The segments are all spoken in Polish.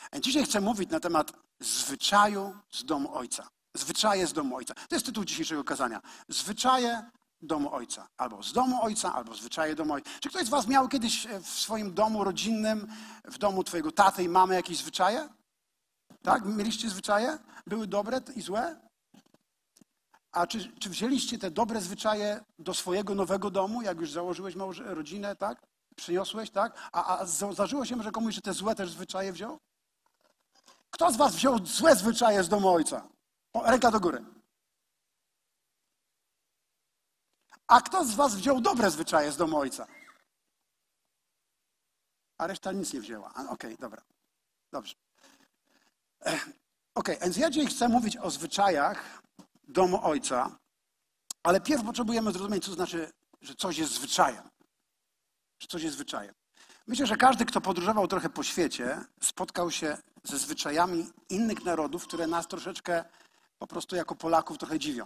Dzisiaj chcę mówić na temat zwyczaju z domu Ojca. Zwyczaje z domu Ojca. To jest tytuł dzisiejszego kazania. Zwyczaje domu Ojca. Albo z domu Ojca, albo zwyczaje domu Ojca. Czy ktoś z was miał kiedyś w swoim domu rodzinnym, w domu twojego taty i mamy jakieś zwyczaje? Tak? Mieliście zwyczaje? Były dobre i złe? A czy wzięliście te dobre zwyczaje do swojego nowego domu, jak już założyłeś rodzinę, tak? Przyniosłeś, tak? A zdarzyło się, że komuś, że te złe też zwyczaje wziął? Kto z was wziął złe zwyczaje z domu Ojca? Ręka do góry. A kto z was wziął dobre zwyczaje z domu Ojca? A reszta nic nie wzięła. Okej, dobra. Dobrze. Więc ja dzisiaj chcę mówić o zwyczajach domu Ojca, ale pierw potrzebujemy zrozumieć, co to znaczy, że coś jest zwyczajem. Że coś jest zwyczajem. Myślę, że każdy, kto podróżował trochę po świecie, spotkał się ze zwyczajami innych narodów, które nas troszeczkę po prostu jako Polaków trochę dziwią.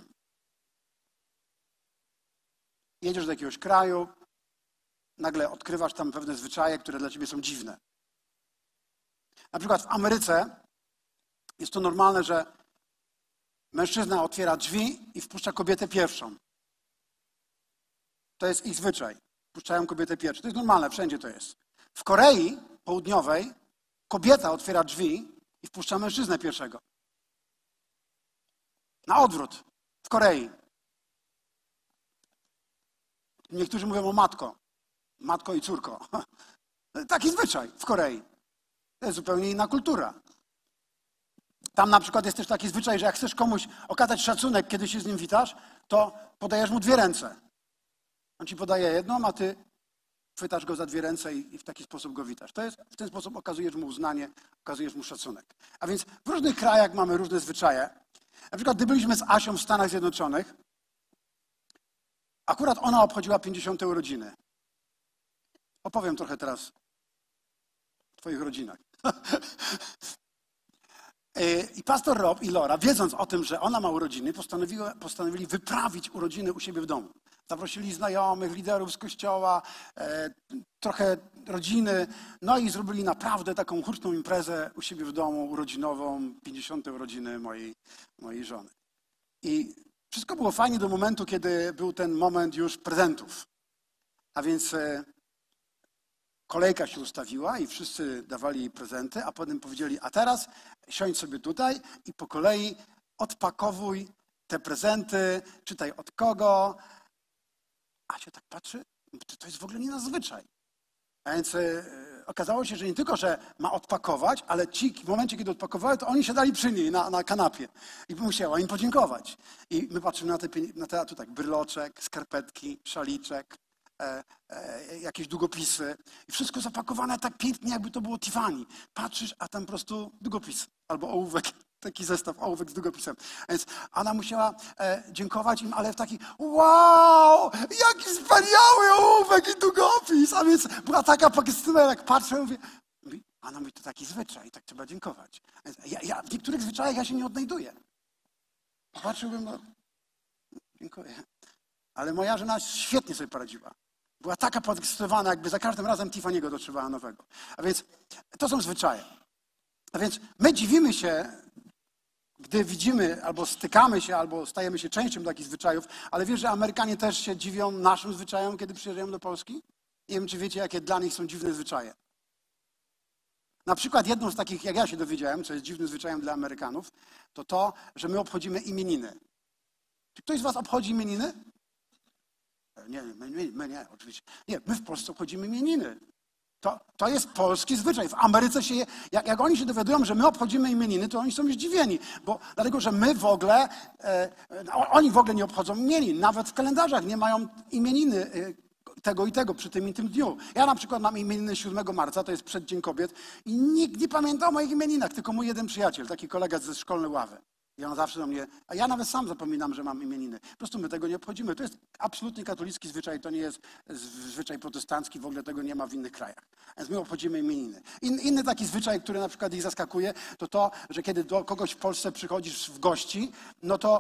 Jedziesz do jakiegoś kraju, nagle odkrywasz tam pewne zwyczaje, które dla ciebie są dziwne. Na przykład w Ameryce jest to normalne, że mężczyzna otwiera drzwi i wpuszcza kobietę pierwszą. To jest ich zwyczaj. Wpuszczają kobietę pierwszą. To jest normalne, wszędzie to jest. W Korei Południowej kobieta otwiera drzwi i wpuszcza mężczyznę pierwszego. Na odwrót. W Korei. Niektórzy mówią o matko. Matko i córko. Taki zwyczaj w Korei. To jest zupełnie inna kultura. Tam na przykład jest też taki zwyczaj, że jak chcesz komuś okazać szacunek, kiedy się z nim witasz, to podajesz mu 2 ręce. On ci podaje jedną, a ty chwytasz go za 2 ręce i w taki sposób go witasz. W ten sposób okazujesz mu uznanie, okazujesz mu szacunek. A więc w różnych krajach mamy różne zwyczaje. Na przykład, gdy byliśmy z Asią w Stanach Zjednoczonych, akurat ona obchodziła 50. urodziny. Opowiem trochę teraz o twoich rodzinach. I pastor Rob i Laura, wiedząc o tym, że ona ma urodziny, postanowili wyprawić urodziny u siebie w domu. Zaprosili znajomych, liderów z kościoła, trochę rodziny, no i zrobili naprawdę taką huczną imprezę u siebie w domu, urodzinową, 50. urodziny mojej żony. I wszystko było fajnie do momentu, kiedy był ten moment już prezentów. A więc kolejka się ustawiła i wszyscy dawali jej prezenty, a potem powiedzieli, a teraz siądź sobie tutaj i po kolei odpakowuj te prezenty, czytaj od kogo. A się tak patrzy, to jest w ogóle nie na zwyczaj. A więc okazało się, że nie tylko, że ma odpakować, ale ci w momencie, kiedy odpakowały, to oni siadali przy niej na kanapie i musiała im podziękować. I my patrzymy na te tu tak, bryloczek, skarpetki, szaliczek, jakieś długopisy i wszystko zapakowane tak pięknie, jakby to było Tiffany. Patrzysz, a tam po prostu długopis albo ołówek, taki zestaw ołówek z długopisem. A więc ona musiała dziękować im, ale w taki wow, jaki wspaniały ołówek i długopis. A więc była taka pozytywna, jak patrzę, mówię, ona mówi, to taki zwyczaj, tak trzeba dziękować. Ja w niektórych zwyczajach ja się nie odnajduję. Popatrzyłbym, no, dziękuję. Ale moja żona świetnie sobie poradziła. Była taka podekscytowana, jakby za każdym razem Tiffany'ego dotrzymała nowego. A więc to są zwyczaje. A więc my dziwimy się, gdy widzimy, albo stykamy się, albo stajemy się częścią takich zwyczajów, ale wiesz, że Amerykanie też się dziwią naszym zwyczajom, kiedy przyjeżdżają do Polski? Nie wiem, czy wiecie, jakie dla nich są dziwne zwyczaje. Na przykład jedną z takich, jak ja się dowiedziałem, co jest dziwnym zwyczajem dla Amerykanów, to, że my obchodzimy imieniny. Czy ktoś z was obchodzi imieniny? Nie, my nie, oczywiście. Nie, my w Polsce obchodzimy imieniny. To jest polski zwyczaj. W Ameryce się, jak oni się dowiadują, że my obchodzimy imieniny, to oni są zdziwieni, dlatego, że my w ogóle, oni w ogóle nie obchodzą imienin. Nawet w kalendarzach nie mają imieniny tego i tego przy tym i tym dniu. Ja na przykład mam imieniny 7 marca, to jest przeddzień kobiet i nikt nie pamięta o moich imieninach, tylko mój jeden przyjaciel, taki kolega ze szkolnej ławy. I on zawsze do mnie, a ja nawet sam zapominam, że mam imieniny. Po prostu my tego nie obchodzimy. To jest absolutnie katolicki zwyczaj, to nie jest zwyczaj protestancki, w ogóle tego nie ma w innych krajach. Więc my obchodzimy imieniny. Inny taki zwyczaj, który na przykład ich zaskakuje, to, że kiedy do kogoś w Polsce przychodzisz w gości, no to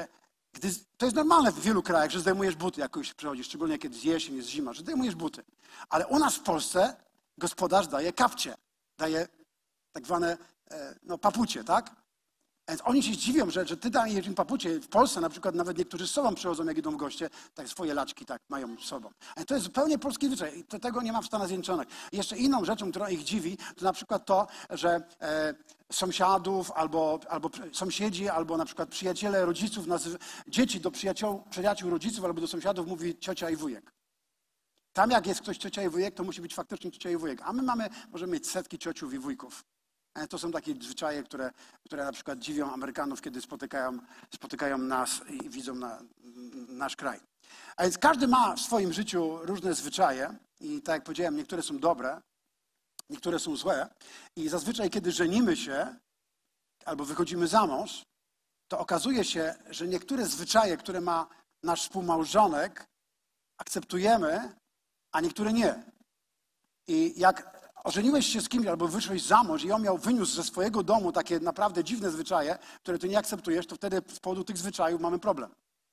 to jest normalne w wielu krajach, że zdejmujesz buty, jak kogoś przychodzisz, szczególnie kiedy jest jesień, jest zima, że zdejmujesz buty. Ale u nas w Polsce gospodarz daje kapcie, daje tak zwane papucie, tak? Więc oni się zdziwią, że ty dajesz im papucie. W Polsce na przykład nawet niektórzy z sobą przychodzą, jak idą w goście, tak swoje laczki tak mają z sobą. Ale to jest zupełnie polski zwyczaj. Tego nie ma w Stanach Zjednoczonych. Jeszcze inną rzeczą, która ich dziwi, to na przykład to, że sąsiadów albo sąsiedzi, albo na przykład przyjaciele rodziców, dzieci do przyjaciół rodziców albo do sąsiadów mówi ciocia i wujek. Tam jak jest ktoś ciocia i wujek, to musi być faktycznie ciocia i wujek. A my możemy mieć setki ciociów i wujków. To są takie zwyczaje, które na przykład dziwią Amerykanów, kiedy spotykają nas i widzą nasz kraj. A więc każdy ma w swoim życiu różne zwyczaje i tak jak powiedziałem, niektóre są dobre, niektóre są złe. I zazwyczaj, kiedy żenimy się albo wychodzimy za mąż, to okazuje się, że niektóre zwyczaje, które ma nasz współmałżonek, akceptujemy, a niektóre nie. I jak ożeniłeś się z kimś albo wyszłeś za mąż i on wyniósł ze swojego domu takie naprawdę dziwne zwyczaje, które ty nie akceptujesz, to wtedy z powodu tych zwyczajów mamy problem.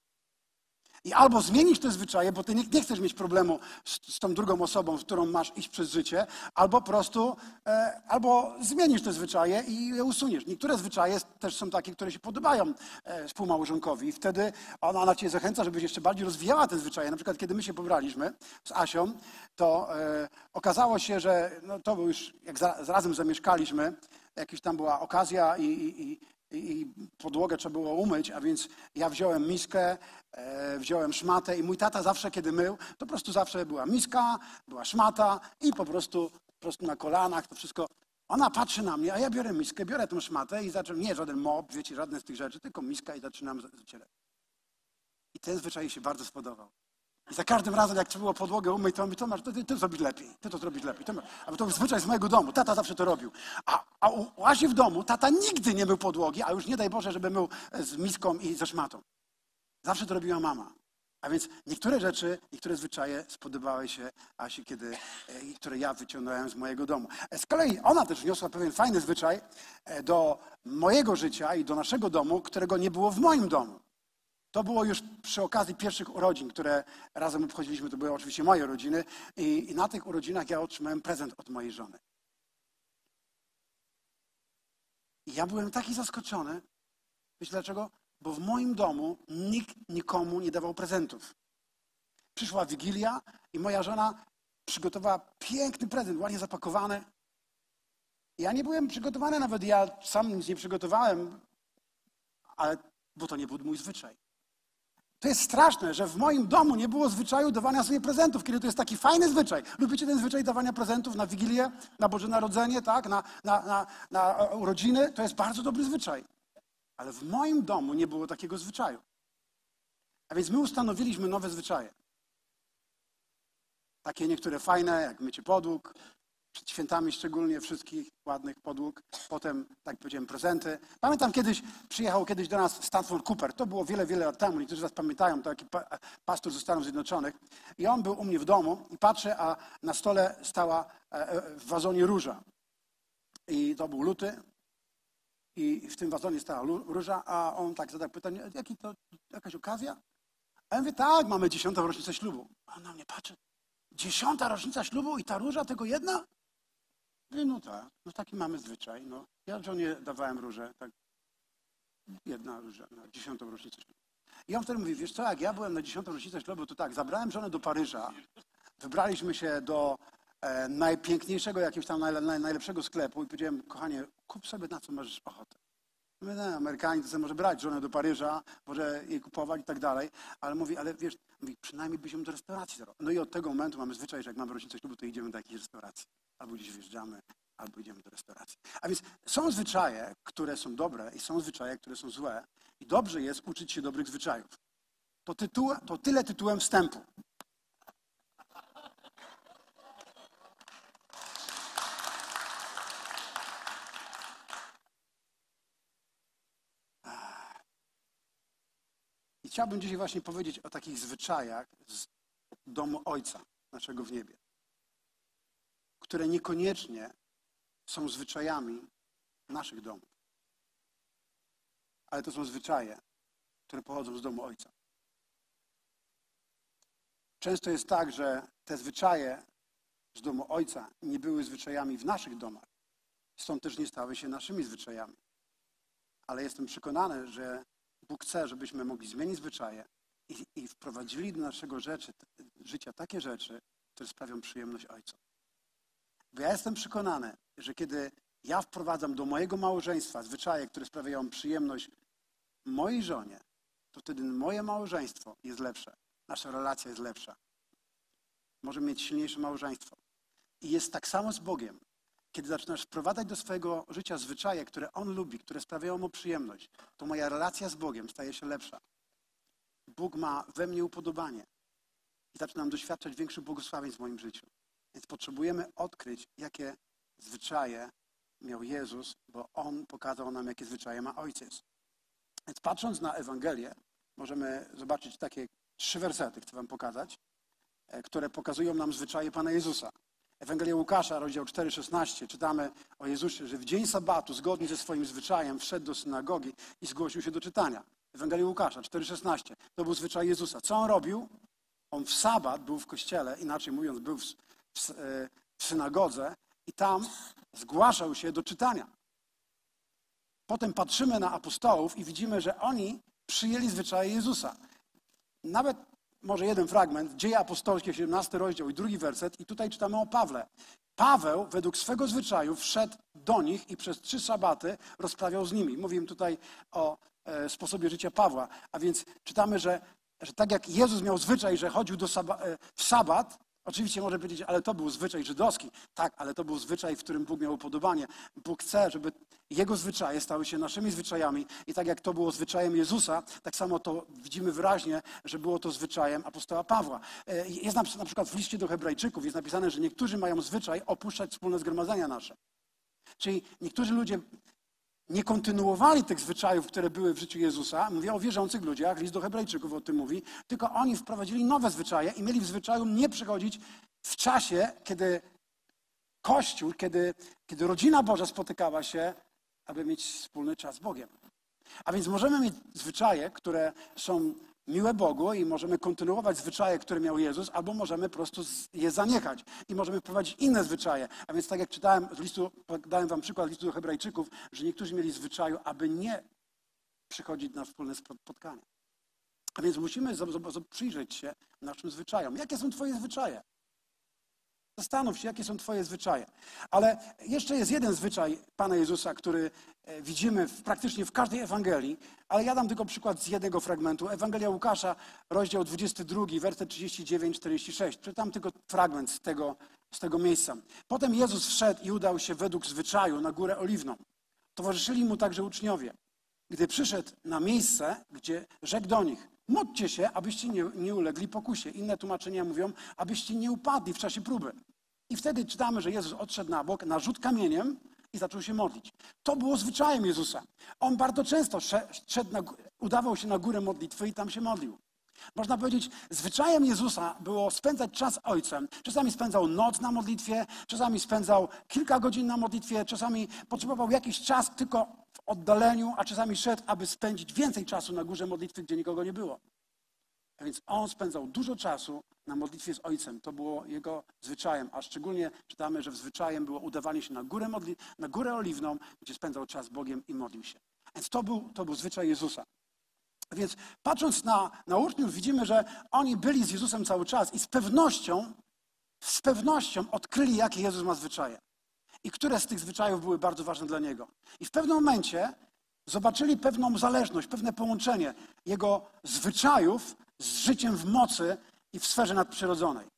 I albo zmienisz te zwyczaje, bo ty nie chcesz mieć problemu z tą drugą osobą, z którą masz iść przez życie, albo po prostu zmienisz te zwyczaje i je usuniesz. Niektóre zwyczaje też są takie, które się podobają współmałżonkowi i wtedy ona cię zachęca, żebyś jeszcze bardziej rozwijała te zwyczaje. Na przykład, kiedy my się pobraliśmy z Asią, to okazało się, że to był już, jak razem zamieszkaliśmy, jakaś tam była okazja i podłogę trzeba było umyć, a więc ja wziąłem miskę, wziąłem szmatę i mój tata zawsze, kiedy mył, to po prostu zawsze była miska, była szmata i po prostu na kolanach to wszystko. Ona patrzy na mnie, a ja biorę miskę, biorę tę szmatę i zaczynam, nie żaden mop, wiecie, żadne z tych rzeczy, tylko miska i zaczynam zacierać. I ten zwyczaj jej się bardzo spodobał. I za każdym razem, jak trzeba było podłogę umyć, to on mówi, Tomasz, ty to zrobisz lepiej, ty to zrobisz lepiej. A to zwyczaj z mojego domu, tata zawsze to robił. A u Asi w domu tata nigdy nie mył podłogi, a już nie daj Boże, żeby mył z miską i ze szmatą. Zawsze to robiła mama. A więc niektóre rzeczy, niektóre zwyczaje spodobały się Asi, które ja wyciągnąłem z mojego domu. Z kolei ona też wniosła pewien fajny zwyczaj do mojego życia i do naszego domu, którego nie było w moim domu. To było już przy okazji pierwszych urodzin, które razem obchodziliśmy, to były oczywiście moje urodziny i na tych urodzinach ja otrzymałem prezent od mojej żony. I ja byłem taki zaskoczony. Wiecie dlaczego? Bo w moim domu nikt nikomu nie dawał prezentów. Przyszła Wigilia i moja żona przygotowała piękny prezent, ładnie zapakowany. Ja nie byłem przygotowany, nawet ja sam nic nie przygotowałem, bo to nie był mój zwyczaj. To jest straszne, że w moim domu nie było zwyczaju dawania sobie prezentów, kiedy to jest taki fajny zwyczaj. Lubicie ten zwyczaj dawania prezentów na Wigilię, na Boże Narodzenie, tak? na urodziny? To jest bardzo dobry zwyczaj. Ale w moim domu nie było takiego zwyczaju. A więc my ustanowiliśmy nowe zwyczaje. Takie niektóre fajne, jak mycie podłóg, przed świętami szczególnie wszystkich ładnych podłóg. Potem, tak jak powiedziałem, prezenty. Pamiętam przyjechał kiedyś do nas Stanford Cooper. To było wiele, wiele lat temu. Niektórzy z was pamiętają, to taki pastor ze Stanów Zjednoczonych. I on był u mnie w domu i patrzę, a na stole stała w wazonie róża. I to był luty. I w tym wazonie stała róża, a on tak zadał pytanie, jakaś okazja? A ja mówię, tak, mamy 10. rocznicę ślubu. A on na mnie patrzy, 10. rocznica ślubu i ta róża tego jedna? No tak, taki mamy zwyczaj. Ja żonie dawałem różę, tak, jedna róża na 10. rocznicę ślubu. I on wtedy mówi, wiesz co, jak ja byłem na 10. rocznicę ślubu, to tak, zabrałem żonę do Paryża, wybraliśmy się do najpiękniejszego, jakiegoś tam najlepszego sklepu i powiedziałem, kochanie, kup sobie na co masz ochotę. Mówię, Amerykanie to sobie może brać żonę do Paryża, może jej kupować i tak dalej, ale mówi, ale wiesz, przynajmniej byśmy do restauracji. No i od tego momentu mamy zwyczaj, że jak mamy rocznicę ślubu, to idziemy do jakiejś restauracji. Albo gdzieś wjeżdżamy, albo idziemy do restauracji. A więc są zwyczaje, które są dobre i są zwyczaje, które są złe. I dobrze jest uczyć się dobrych zwyczajów. To tyle tytułem wstępu. I chciałbym dzisiaj właśnie powiedzieć o takich zwyczajach z domu Ojca naszego w niebie, które niekoniecznie są zwyczajami naszych domów. Ale to są zwyczaje, które pochodzą z domu Ojca. Często jest tak, że te zwyczaje z domu Ojca nie były zwyczajami w naszych domach, Stąd też nie stały się naszymi zwyczajami. Ale jestem przekonany, że Bóg chce, żebyśmy mogli zmienić zwyczaje i wprowadzili do naszego życia takie rzeczy, które sprawią przyjemność Ojcu. Bo ja jestem przekonany, że kiedy ja wprowadzam do mojego małżeństwa zwyczaje, które sprawiają przyjemność mojej żonie, to wtedy moje małżeństwo jest lepsze. Nasza relacja jest lepsza. Możemy mieć silniejsze małżeństwo. I jest tak samo z Bogiem. Kiedy zaczynasz wprowadzać do swojego życia zwyczaje, które On lubi, które sprawiają Mu przyjemność, to moja relacja z Bogiem staje się lepsza. Bóg ma we mnie upodobanie. I zaczynam doświadczać większych błogosławieństw w moim życiu. Więc potrzebujemy odkryć, jakie zwyczaje miał Jezus, bo On pokazał nam, jakie zwyczaje ma Ojciec. Więc patrząc na Ewangelię, możemy zobaczyć takie 3 wersety, chcę wam pokazać, które pokazują nam zwyczaje Pana Jezusa. Ewangelia Łukasza, rozdział 4,16, czytamy o Jezusie, że w dzień sabatu, zgodnie ze swoim zwyczajem, wszedł do synagogi i zgłosił się do czytania. Ewangelia Łukasza 4,16, to był zwyczaj Jezusa. Co On robił? On w sabat był w kościele, inaczej mówiąc, był w synagodze i tam zgłaszał się do czytania. Potem patrzymy na apostołów i widzimy, że oni przyjęli zwyczaje Jezusa. Nawet może jeden fragment, Dzieje Apostolskie, 17 rozdział i 2 werset i tutaj czytamy o Pawle. Paweł według swego zwyczaju wszedł do nich i przez 3 sabaty rozprawiał z nimi. Mówimy tutaj o sposobie życia Pawła. A więc czytamy, że tak jak Jezus miał zwyczaj, że chodził w sabat, oczywiście może powiedzieć, ale to był zwyczaj żydowski. Tak, ale to był zwyczaj, w którym Bóg miał upodobanie. Bóg chce, żeby Jego zwyczaje stały się naszymi zwyczajami. I tak jak to było zwyczajem Jezusa, tak samo to widzimy wyraźnie, że było to zwyczajem apostoła Pawła. Jest na przykład w liście do Hebrajczyków jest napisane, że niektórzy mają zwyczaj opuszczać wspólne zgromadzenia nasze. Czyli niektórzy ludzie nie kontynuowali tych zwyczajów, które były w życiu Jezusa. Mówię o wierzących ludziach, list do Hebrajczyków o tym mówi. Tylko oni wprowadzili nowe zwyczaje i mieli w zwyczaju nie przychodzić w czasie, kiedy Kościół, kiedy rodzina Boża spotykała się, aby mieć wspólny czas z Bogiem. A więc możemy mieć zwyczaje, które są miłe Bogu i możemy kontynuować zwyczaje, które miał Jezus, albo możemy po prostu je zaniechać i możemy wprowadzić inne zwyczaje. A więc tak jak czytałem z listu, dałem wam przykład listu do Hebrajczyków, że niektórzy mieli zwyczaju, aby nie przychodzić na wspólne spotkania. A więc musimy przyjrzeć się naszym zwyczajom. Jakie są twoje zwyczaje? Zastanów się, jakie są twoje zwyczaje. Ale jeszcze jest jeden zwyczaj Pana Jezusa, który widzimy praktycznie w każdej Ewangelii, ale ja dam tylko przykład z jednego fragmentu. Ewangelia Łukasza, rozdział 22, werset 39-46. Czytam tylko fragment z tego miejsca. Potem Jezus wszedł i udał się według zwyczaju na Górę Oliwną. Towarzyszyli mu także uczniowie. Gdy przyszedł na miejsce, gdzie rzekł do nich: módlcie się, abyście nie ulegli pokusie. Inne tłumaczenia mówią, abyście nie upadli w czasie próby. I wtedy czytamy, że Jezus odszedł na bok, na rzut kamieniem i zaczął się modlić. To było zwyczajem Jezusa. On bardzo często udawał się na górę modlitwy i tam się modlił. Można powiedzieć, zwyczajem Jezusa było spędzać czas z Ojcem. Czasami spędzał noc na modlitwie, czasami spędzał kilka godzin na modlitwie, czasami potrzebował jakiś czas tylko w oddaleniu, a czasami szedł, aby spędzić więcej czasu na górze modlitwy, gdzie nikogo nie było. A więc on spędzał dużo czasu na modlitwie z Ojcem. To było jego zwyczajem, a szczególnie czytamy, że zwyczajem było udawanie się na górę Oliwną, gdzie spędzał czas z Bogiem i modlił się. Więc to był zwyczaj Jezusa. A więc patrząc na uczniów widzimy, że oni byli z Jezusem cały czas i z pewnością odkryli, jakie Jezus ma zwyczaje. I które z tych zwyczajów były bardzo ważne dla Niego. I w pewnym momencie zobaczyli pewną zależność, pewne połączenie Jego zwyczajów z życiem w mocy i w sferze nadprzyrodzonej.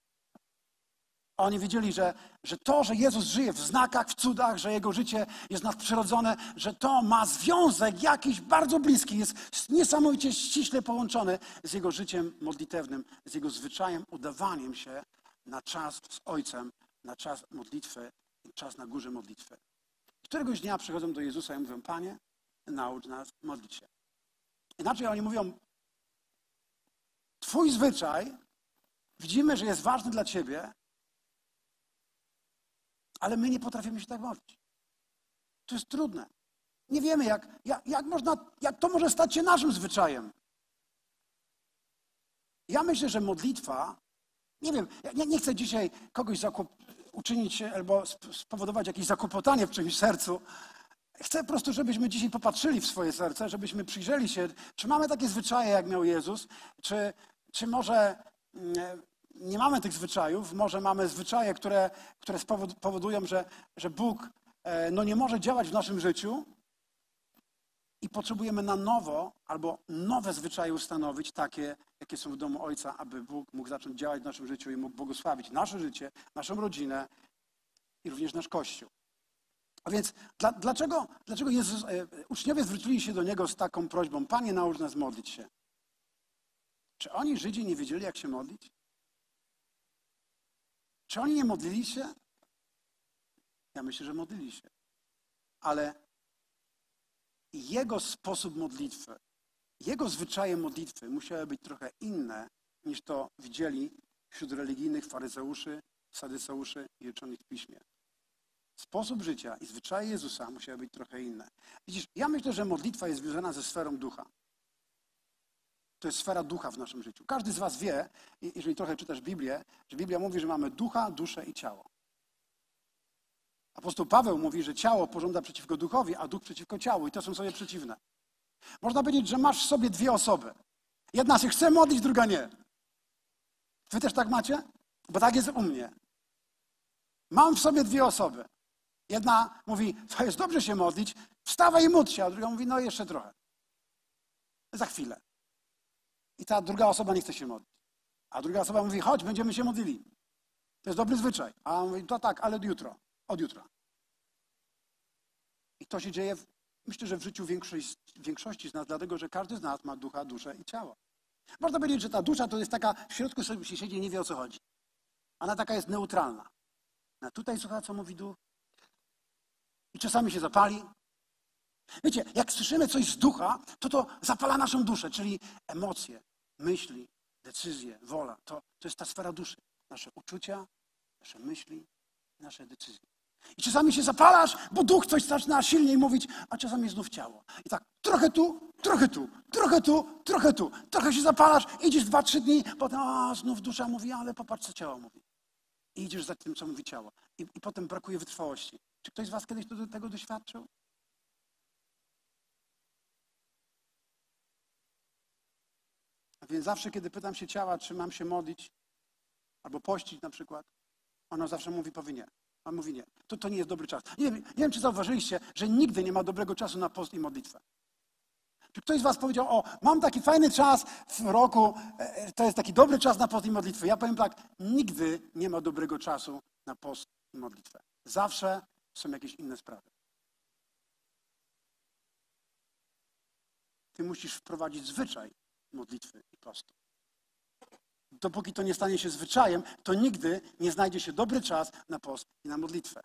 Oni wiedzieli, że to, że Jezus żyje w znakach, w cudach, że Jego życie jest nadprzyrodzone, że to ma związek jakiś bardzo bliski, jest niesamowicie ściśle połączony z Jego życiem modlitewnym, z Jego zwyczajem, udawaniem się na czas z Ojcem, na czas modlitwy, czas na górze modlitwy. Któregoś dnia przychodzą do Jezusa i mówią: Panie, naucz nas modlić się. Inaczej oni mówią: Twój zwyczaj, widzimy, że jest ważny dla Ciebie, ale my nie potrafimy się tak modlić. To jest trudne. Nie wiemy, jak to może stać się naszym zwyczajem. Ja myślę, że modlitwa, nie wiem, ja nie chcę dzisiaj kogoś uczynić albo spowodować jakieś zakłopotanie w czyimś sercu. Chcę po prostu, żebyśmy dzisiaj popatrzyli w swoje serce, żebyśmy przyjrzeli się, czy mamy takie zwyczaje, jak miał Jezus, czy może nie mamy tych zwyczajów, może mamy zwyczaje, które powodują, że Bóg nie może działać w naszym życiu i potrzebujemy na nowo albo nowe zwyczaje ustanowić, takie, jakie są w domu Ojca, aby Bóg mógł zacząć działać w naszym życiu i mógł błogosławić nasze życie, naszą rodzinę i również nasz Kościół. A więc dlaczego Jezus, uczniowie zwrócili się do Niego z taką prośbą: Panie, naucz nas modlić się? Czy oni, Żydzi, nie wiedzieli, jak się modlić? Czy oni nie modlili się? Ja myślę, że modlili się. Ale Jego sposób modlitwy, Jego zwyczaje modlitwy musiały być trochę inne, niż to widzieli wśród religijnych faryzeuszy, sadyceuszy i uczonych w Piśmie. Sposób życia i zwyczaje Jezusa musiały być trochę inne. Widzisz, ja myślę, że modlitwa jest związana ze sferą ducha. To jest sfera ducha w naszym życiu. Każdy z was wie, jeżeli trochę czytasz Biblię, że Biblia mówi, że mamy ducha, duszę i ciało. Apostoł Paweł mówi, że ciało pożąda przeciwko duchowi, a duch przeciwko ciału i to są sobie przeciwne. Można powiedzieć, że masz w sobie dwie osoby. Jedna się chce modlić, druga nie. Wy też tak macie? Bo tak jest u mnie. Mam w sobie dwie osoby. Jedna mówi, to jest dobrze się modlić, wstawaj i módl się, a druga mówi, no jeszcze trochę. Za chwilę. I ta druga osoba nie chce się modlić. A druga osoba mówi, chodź, będziemy się modlili. To jest dobry zwyczaj. A on mówi, to tak, ale od jutra. I to się dzieje, myślę, że w życiu większości z nas, dlatego że każdy z nas ma ducha, duszę i ciało. Można powiedzieć, że ta dusza to jest taka, w środku sobie się siedzi i nie wie, o co chodzi. Ona taka jest neutralna. A tutaj słucha, co mówi duch. I czasami się zapali. Wiecie, jak słyszymy coś z ducha, to zapala naszą duszę, czyli emocje, myśli, decyzje, wola. To jest ta sfera duszy. Nasze uczucia, nasze myśli, nasze decyzje. I czasami się zapalasz, bo duch coś zaczyna silniej mówić, a czasami znów ciało. I tak trochę tu, trochę tu, trochę tu, trochę tu. Trochę się zapalasz, idziesz 2-3 dni, potem znów dusza mówi, ale popatrz, co ciało mówi. I idziesz za tym, co mówi ciało. I potem brakuje wytrwałości. Czy ktoś z was kiedyś tego doświadczył? A więc zawsze, kiedy pytam się ciała, czy mam się modlić, albo pościć na przykład, ono zawsze mówi, powie nie. On mówi nie. To nie jest dobry czas. Nie wiem, czy zauważyliście, że nigdy nie ma dobrego czasu na post i modlitwę. Czy ktoś z was powiedział, mam taki fajny czas w roku, to jest taki dobry czas na post i modlitwę. Ja powiem tak, nigdy nie ma dobrego czasu na post i modlitwę. Zawsze są jakieś inne sprawy. Ty musisz wprowadzić zwyczaj modlitwy i postu. Dopóki to nie stanie się zwyczajem, to nigdy nie znajdzie się dobry czas na post i na modlitwę.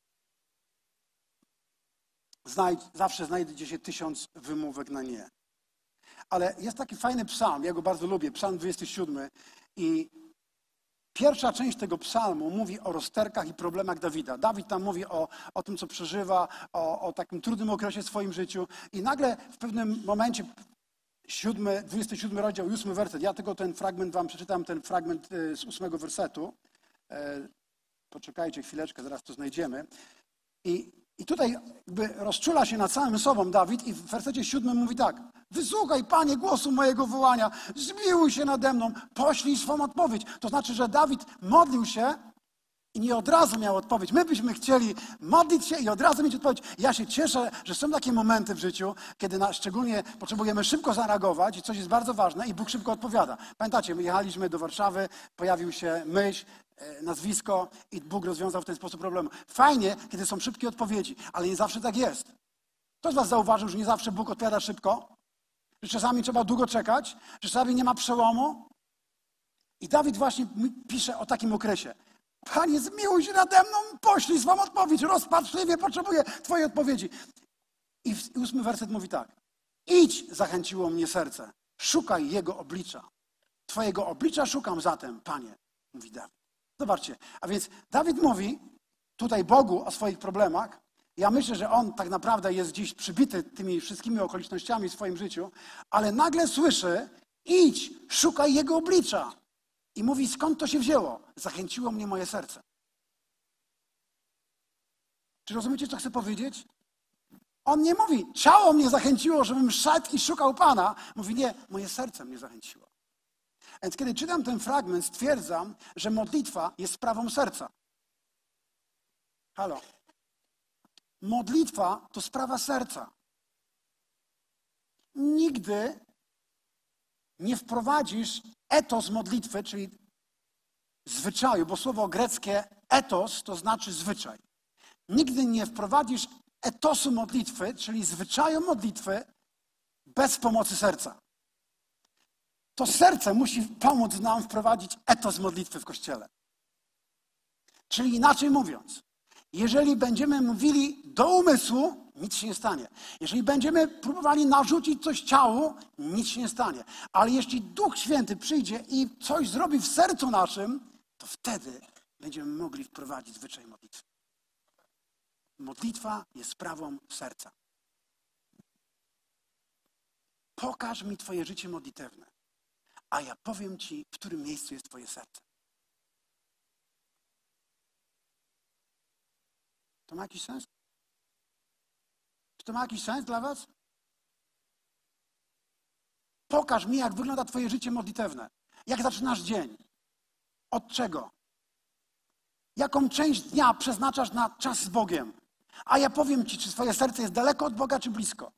Zawsze znajdzie się 1000 wymówek na nie. Ale jest taki fajny psalm, ja go bardzo lubię, psalm 27. I pierwsza część tego psalmu mówi o rozterkach i problemach Dawida. Dawid tam mówi o tym, co przeżywa, o takim trudnym okresie w swoim życiu. I nagle w pewnym momencie 27 rozdział, 8 werset. Ja tylko ten fragment wam przeczytam, ten fragment z 8 wersetu. Poczekajcie chwileczkę, zaraz to znajdziemy. I tutaj jakby rozczula się nad samym sobą Dawid i w wersecie 7 mówi tak. Wysłuchaj, Panie, głosu mojego wołania, zmiłuj się nade mną, poślij swą odpowiedź. To znaczy, że Dawid modlił się i nie od razu miał odpowiedź. My byśmy chcieli modlić się i od razu mieć odpowiedź. Ja się cieszę, że są takie momenty w życiu, kiedy szczególnie potrzebujemy szybko zareagować i coś jest bardzo ważne i Bóg szybko odpowiada. Pamiętacie, my jechaliśmy do Warszawy, pojawił się myśl, nazwisko i Bóg rozwiązał w ten sposób problem. Fajnie, kiedy są szybkie odpowiedzi, ale nie zawsze tak jest. Kto z was zauważył, że nie zawsze Bóg odpowiada szybko? Że czasami trzeba długo czekać? Że czasami nie ma przełomu? I Dawid właśnie pisze o takim okresie. Panie, zmiłuj się nade mną, poślij swą odpowiedź, rozpaczliwie potrzebuję Twojej odpowiedzi. I 8 werset mówi tak. Idź, zachęciło mnie serce, szukaj Jego oblicza. Twojego oblicza szukam zatem, Panie, mówi Dawid. Zobaczcie, a więc Dawid mówi tutaj Bogu o swoich problemach. Ja myślę, że on tak naprawdę jest dziś przybity tymi wszystkimi okolicznościami w swoim życiu, ale nagle słyszy, idź, szukaj Jego oblicza. I mówi, skąd to się wzięło? Zachęciło mnie moje serce. Czy rozumiecie, co chcę powiedzieć? On nie mówi, ciało mnie zachęciło, żebym szedł i szukał Pana. Mówi, nie, moje serce mnie zachęciło. Więc kiedy czytam ten fragment, stwierdzam, że modlitwa jest sprawą serca. Halo. Modlitwa to sprawa serca. Nigdy nie wprowadzisz etos modlitwy, czyli zwyczaju, bo słowo greckie etos to znaczy zwyczaj. Nigdy nie wprowadzisz etosu modlitwy, czyli zwyczaju modlitwy bez pomocy serca. To serce musi pomóc nam wprowadzić etos modlitwy w Kościele. Czyli inaczej mówiąc, jeżeli będziemy mówili do umysłu, nic się nie stanie. Jeżeli będziemy próbowali narzucić coś ciału, nic się nie stanie. Ale jeśli Duch Święty przyjdzie i coś zrobi w sercu naszym, to wtedy będziemy mogli wprowadzić zwyczaj modlitwy. Modlitwa jest sprawą serca. Pokaż mi Twoje życie modlitewne, a ja powiem Ci, w którym miejscu jest Twoje serce. To ma jakiś sens? Czy to ma jakiś sens dla Was? Pokaż mi, jak wygląda Twoje życie modlitewne. Jak zaczynasz dzień? Od czego? Jaką część dnia przeznaczasz na czas z Bogiem? A ja powiem Ci, czy Twoje serce jest daleko od Boga, czy blisko.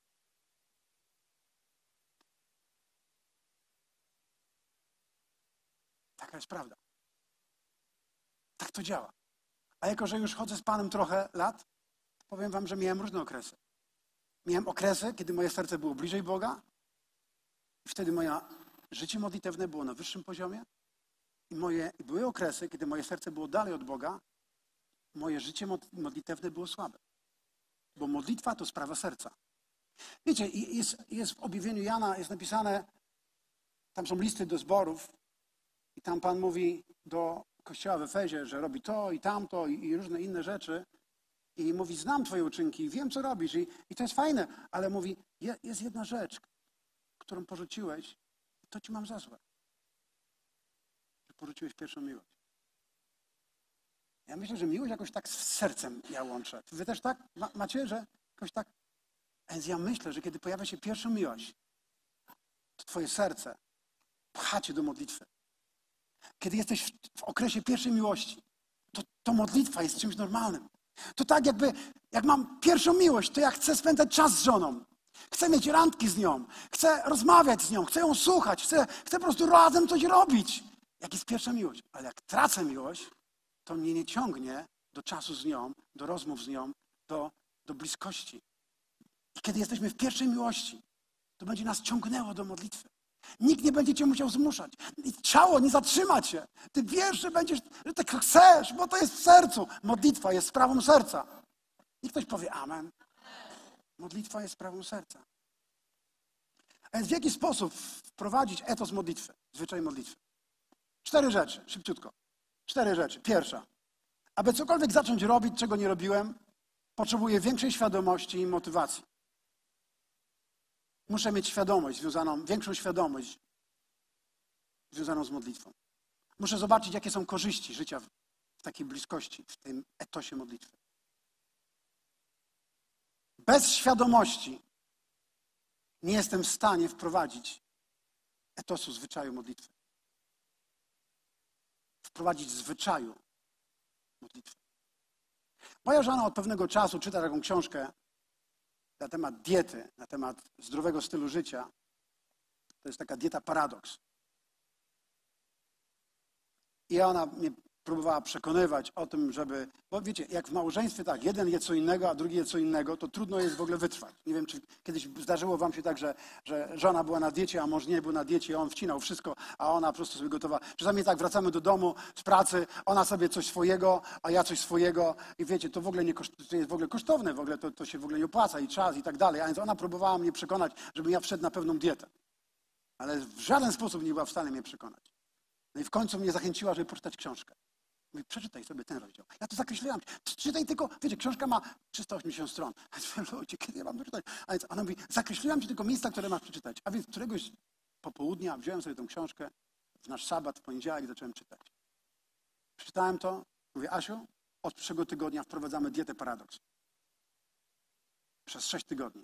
Taka jest prawda. Tak to działa. A jako, że już chodzę z Panem trochę lat, powiem Wam, że miałem różne okresy. Miałem okresy, kiedy moje serce było bliżej Boga i wtedy moje życie modlitewne było na wyższym poziomie. I były okresy, kiedy moje serce było dalej od Boga, moje życie modlitewne było słabe. Bo modlitwa to sprawa serca. Wiecie, jest w objawieniu Jana, jest napisane, tam są listy do zborów i tam Pan mówi do kościoła w Efezie, że robi to i tamto i różne inne rzeczy. I mówi, znam Twoje uczynki, wiem, co robisz i to jest fajne, ale mówi, jest jedna rzecz, którą porzuciłeś i to Ci mam za złe. Że porzuciłeś pierwszą miłość. Ja myślę, że miłość jakoś tak z sercem ja łączę. Wy też tak macie, że jakoś tak? Więc ja myślę, że kiedy pojawia się pierwsza miłość, to Twoje serce pcha Cię do modlitwy. Kiedy jesteś w okresie pierwszej miłości, to modlitwa jest czymś normalnym. To tak jak mam pierwszą miłość, to ja chcę spędzać czas z żoną. Chcę mieć randki z nią. Chcę rozmawiać z nią. Chcę ją słuchać. Chcę po prostu razem coś robić. Jak jest pierwsza miłość. Ale jak tracę miłość, to mnie nie ciągnie do czasu z nią, do rozmów z nią, do bliskości. I kiedy jesteśmy w pierwszej miłości, to będzie nas ciągnęło do modlitwy. Nikt nie będzie cię musiał zmuszać. I ciało nie zatrzyma cię. Ty wiesz, że tak chcesz, bo to jest w sercu. Modlitwa jest sprawą serca. I ktoś powie amen. Modlitwa jest sprawą serca. A więc w jaki sposób wprowadzić etos modlitwy, zwyczaj modlitwy? 4 rzeczy, szybciutko. 4 rzeczy. Pierwsza. Aby cokolwiek zacząć robić, czego nie robiłem, potrzebuję większej świadomości i motywacji. Muszę mieć świadomość większą świadomość związaną z modlitwą. Muszę zobaczyć, jakie są korzyści życia w takiej bliskości, w tym etosie modlitwy. Bez świadomości nie jestem w stanie wprowadzić etosu, zwyczaju modlitwy. Wprowadzić zwyczaju modlitwy. Moja żona od pewnego czasu czyta taką książkę na temat diety, na temat zdrowego stylu życia. To jest taka dieta paradoks. I ona mnie próbowała przekonywać o tym, bo wiecie, jak w małżeństwie tak, jeden je co innego, a drugi je co innego, to trudno jest w ogóle wytrwać. Nie wiem, czy kiedyś zdarzyło wam się tak, że żona była na diecie, a mąż nie był na diecie i on wcinał wszystko, a ona po prostu sobie gotowała. Czasami tak wracamy do domu z pracy, ona sobie coś swojego, a ja coś swojego i wiecie, to w ogóle to jest w ogóle kosztowne, w ogóle to się w ogóle nie opłaca i czas i tak dalej. A więc ona próbowała mnie przekonać, żebym ja wszedł na pewną dietę. Ale w żaden sposób nie była w stanie mnie przekonać. No i w końcu mnie zachęciła, żeby poczytać książkę. Mówi, przeczytaj sobie ten rozdział. Ja to zakreśliłam. Czytaj tylko, wiecie, książka ma 380 stron. A ja mówię, ludzie, kiedy ja mam to czytać? A więc ona mówi, zakreśliłam ci tylko miejsca, które masz przeczytać. A więc któregoś popołudnia wziąłem sobie tę książkę, w nasz sabat, w poniedziałek zacząłem czytać. Przeczytałem to, mówię, Asiu, od przyszłego tygodnia wprowadzamy dietę paradoks. Przez 6 tygodni.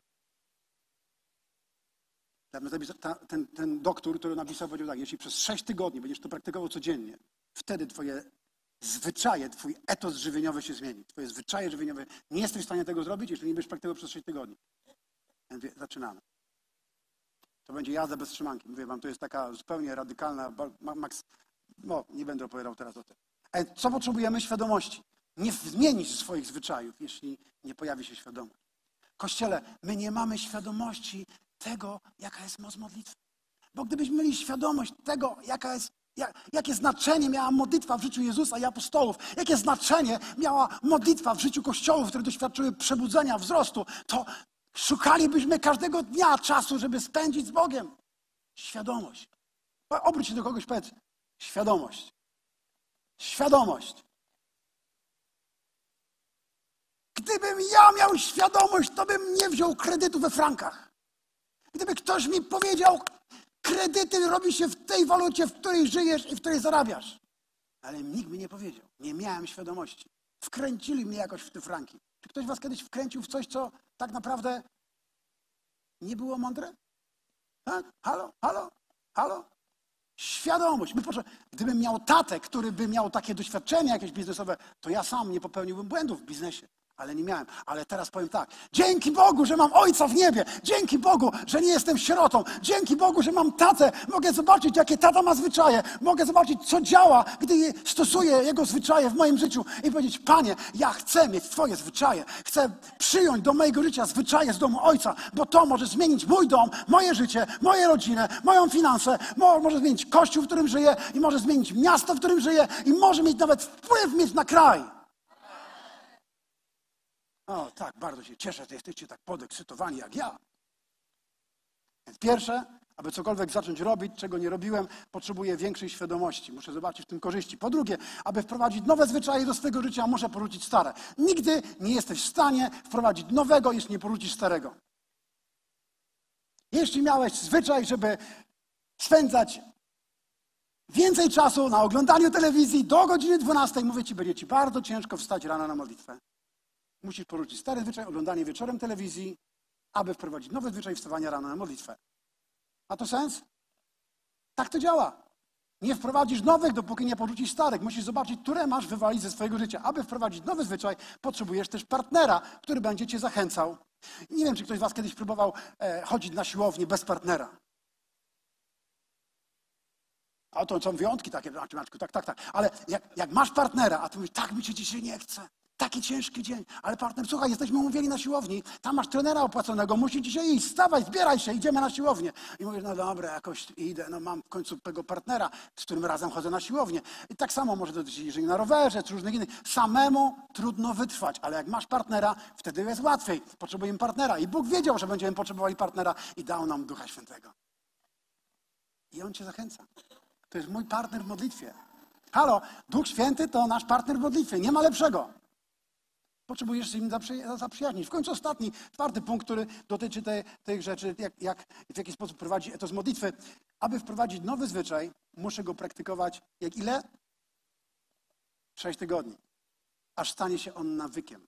Ten doktor, który napisał, powiedział tak, jeśli przez 6 tygodni będziesz to praktykował codziennie, wtedy twoje zwyczaje, twój etos żywieniowy się zmieni. Twoje zwyczaje żywieniowe, nie jesteś w stanie tego zrobić, jeśli nie będziesz praktykował przez 6 tygodni. Ja mówię, zaczynamy. To będzie jazda bez trzymanki. Mówię wam, to jest taka zupełnie radykalna, nie będę opowiadał teraz o tym. Ale co potrzebujemy? Świadomości. Nie zmienisz swoich zwyczajów, jeśli nie pojawi się świadomość. Kościele, my nie mamy świadomości tego, jaka jest moc modlitwy. Bo gdybyśmy mieli świadomość tego, jakie znaczenie miała modlitwa w życiu Jezusa i apostołów, jakie znaczenie miała modlitwa w życiu kościołów, które doświadczyły przebudzenia, wzrostu, to szukalibyśmy każdego dnia czasu, żeby spędzić z Bogiem. Świadomość. Obróć się do kogoś, powiedz, świadomość. Świadomość. Gdybym ja miał świadomość, to bym nie wziął kredytu we frankach. Gdyby ktoś mi powiedział, kredyty robi się w tej walucie, w której żyjesz i w której zarabiasz. Ale nikt mi nie powiedział. Nie miałem świadomości. Wkręcili mnie jakoś w te franki. Czy ktoś was kiedyś wkręcił w coś, co tak naprawdę nie było mądre? Tak? Halo? Świadomość. Gdybym miał tatę, który by miał takie doświadczenia jakieś biznesowe, to ja sam nie popełniłbym błędów w biznesie. Ale nie miałem. Ale teraz powiem tak. Dzięki Bogu, że mam Ojca w niebie. Dzięki Bogu, że nie jestem sierotą. Dzięki Bogu, że mam tatę. Mogę zobaczyć, jakie tata ma zwyczaje. Mogę zobaczyć, co działa, gdy stosuję jego zwyczaje w moim życiu. I powiedzieć, Panie, ja chcę mieć Twoje zwyczaje. Chcę przyjąć do mojego życia zwyczaje z domu Ojca, bo to może zmienić mój dom, moje życie, moją rodzinę, moją finanse. Może zmienić kościół, w którym żyję. I może zmienić miasto, w którym żyję. I może mieć nawet wpływ na kraj. O, tak, bardzo się cieszę, że jesteście tak podekscytowani jak ja. Więc pierwsze, aby cokolwiek zacząć robić, czego nie robiłem, potrzebuję większej świadomości. Muszę zobaczyć w tym korzyści. Po drugie, aby wprowadzić nowe zwyczaje do swojego życia, muszę porzucić stare. Nigdy nie jesteś w stanie wprowadzić nowego, jeśli nie porzucisz starego. Jeśli miałeś zwyczaj, żeby spędzać więcej czasu na oglądaniu telewizji do godziny 12, mówię ci, będzie ci bardzo ciężko wstać rano na modlitwę. Musisz porzucić stary zwyczaj, oglądanie wieczorem telewizji, aby wprowadzić nowy zwyczaj wstawania rano na modlitwę. Ma to sens? Tak to działa. Nie wprowadzisz nowych, dopóki nie porzucisz starych. Musisz zobaczyć, które masz wywalić ze swojego życia. Aby wprowadzić nowy zwyczaj, potrzebujesz też partnera, który będzie cię zachęcał. Nie wiem, czy ktoś z was kiedyś próbował chodzić na siłownię bez partnera. A to są wyjątki takie, Maćku, tak. Ale jak masz partnera, a ty mówisz, tak mi się dzisiaj nie chce. Taki ciężki dzień. Ale partner, słuchaj, jesteśmy umówieni na siłowni. Tam masz trenera opłaconego, musi dzisiaj iść. Wstawaj, zbieraj się, idziemy na siłownię. I mówisz, no dobra, jakoś idę. No mam w końcu tego partnera, z którym razem chodzę na siłownię. I tak samo może dotyczyć jeżdżenia na rowerze, czy różnych innych. Samemu trudno wytrwać, ale jak masz partnera, wtedy jest łatwiej. Potrzebujemy partnera. I Bóg wiedział, że będziemy potrzebowali partnera i dał nam Ducha Świętego. I On cię zachęca. To jest mój partner w modlitwie. Halo, Duch Święty to nasz partner w modlitwie. Nie ma lepszego. Potrzebujesz się z nim zaprzyjaźnić. W końcu ostatni, 4. punkt, który dotyczy tych rzeczy, w jaki sposób prowadzić etos modlitwy. Aby wprowadzić nowy zwyczaj, muszę go praktykować jak ile? 6 tygodni. Aż stanie się on nawykiem.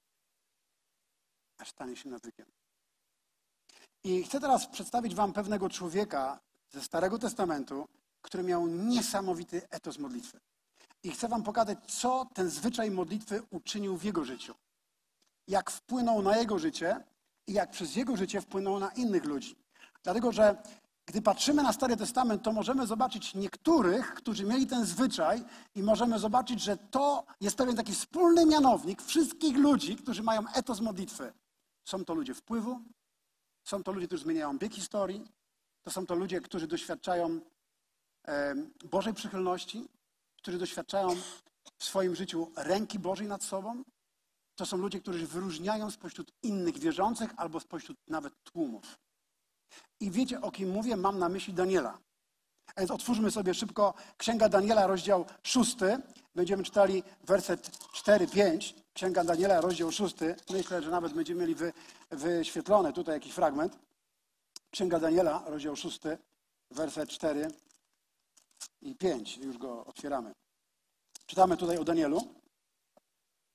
Aż stanie się nawykiem. I chcę teraz przedstawić wam pewnego człowieka ze Starego Testamentu, który miał niesamowity etos modlitwy. I chcę wam pokazać, co ten zwyczaj modlitwy uczynił w jego życiu. Jak wpłynął na jego życie i jak przez jego życie wpłynął na innych ludzi. Dlatego, że gdy patrzymy na Stary Testament, to możemy zobaczyć niektórych, którzy mieli ten zwyczaj i możemy zobaczyć, że to jest pewien taki wspólny mianownik wszystkich ludzi, którzy mają etos modlitwy. Są to ludzie wpływu, są to ludzie, którzy zmieniają bieg historii, to są to ludzie, którzy doświadczają Bożej przychylności, którzy doświadczają w swoim życiu ręki Bożej nad sobą. To są ludzie, którzy wyróżniają spośród innych wierzących albo spośród nawet tłumów. I wiecie, o kim mówię? Mam na myśli Daniela. A więc otwórzmy sobie szybko Księga Daniela, rozdział 6. Będziemy czytali werset 4-5. Księga Daniela, rozdział 6. Myślę, że nawet będziemy mieli wyświetlony tutaj jakiś fragment. Księga Daniela, rozdział 6, werset 4 i 5. Już go otwieramy. Czytamy tutaj o Danielu.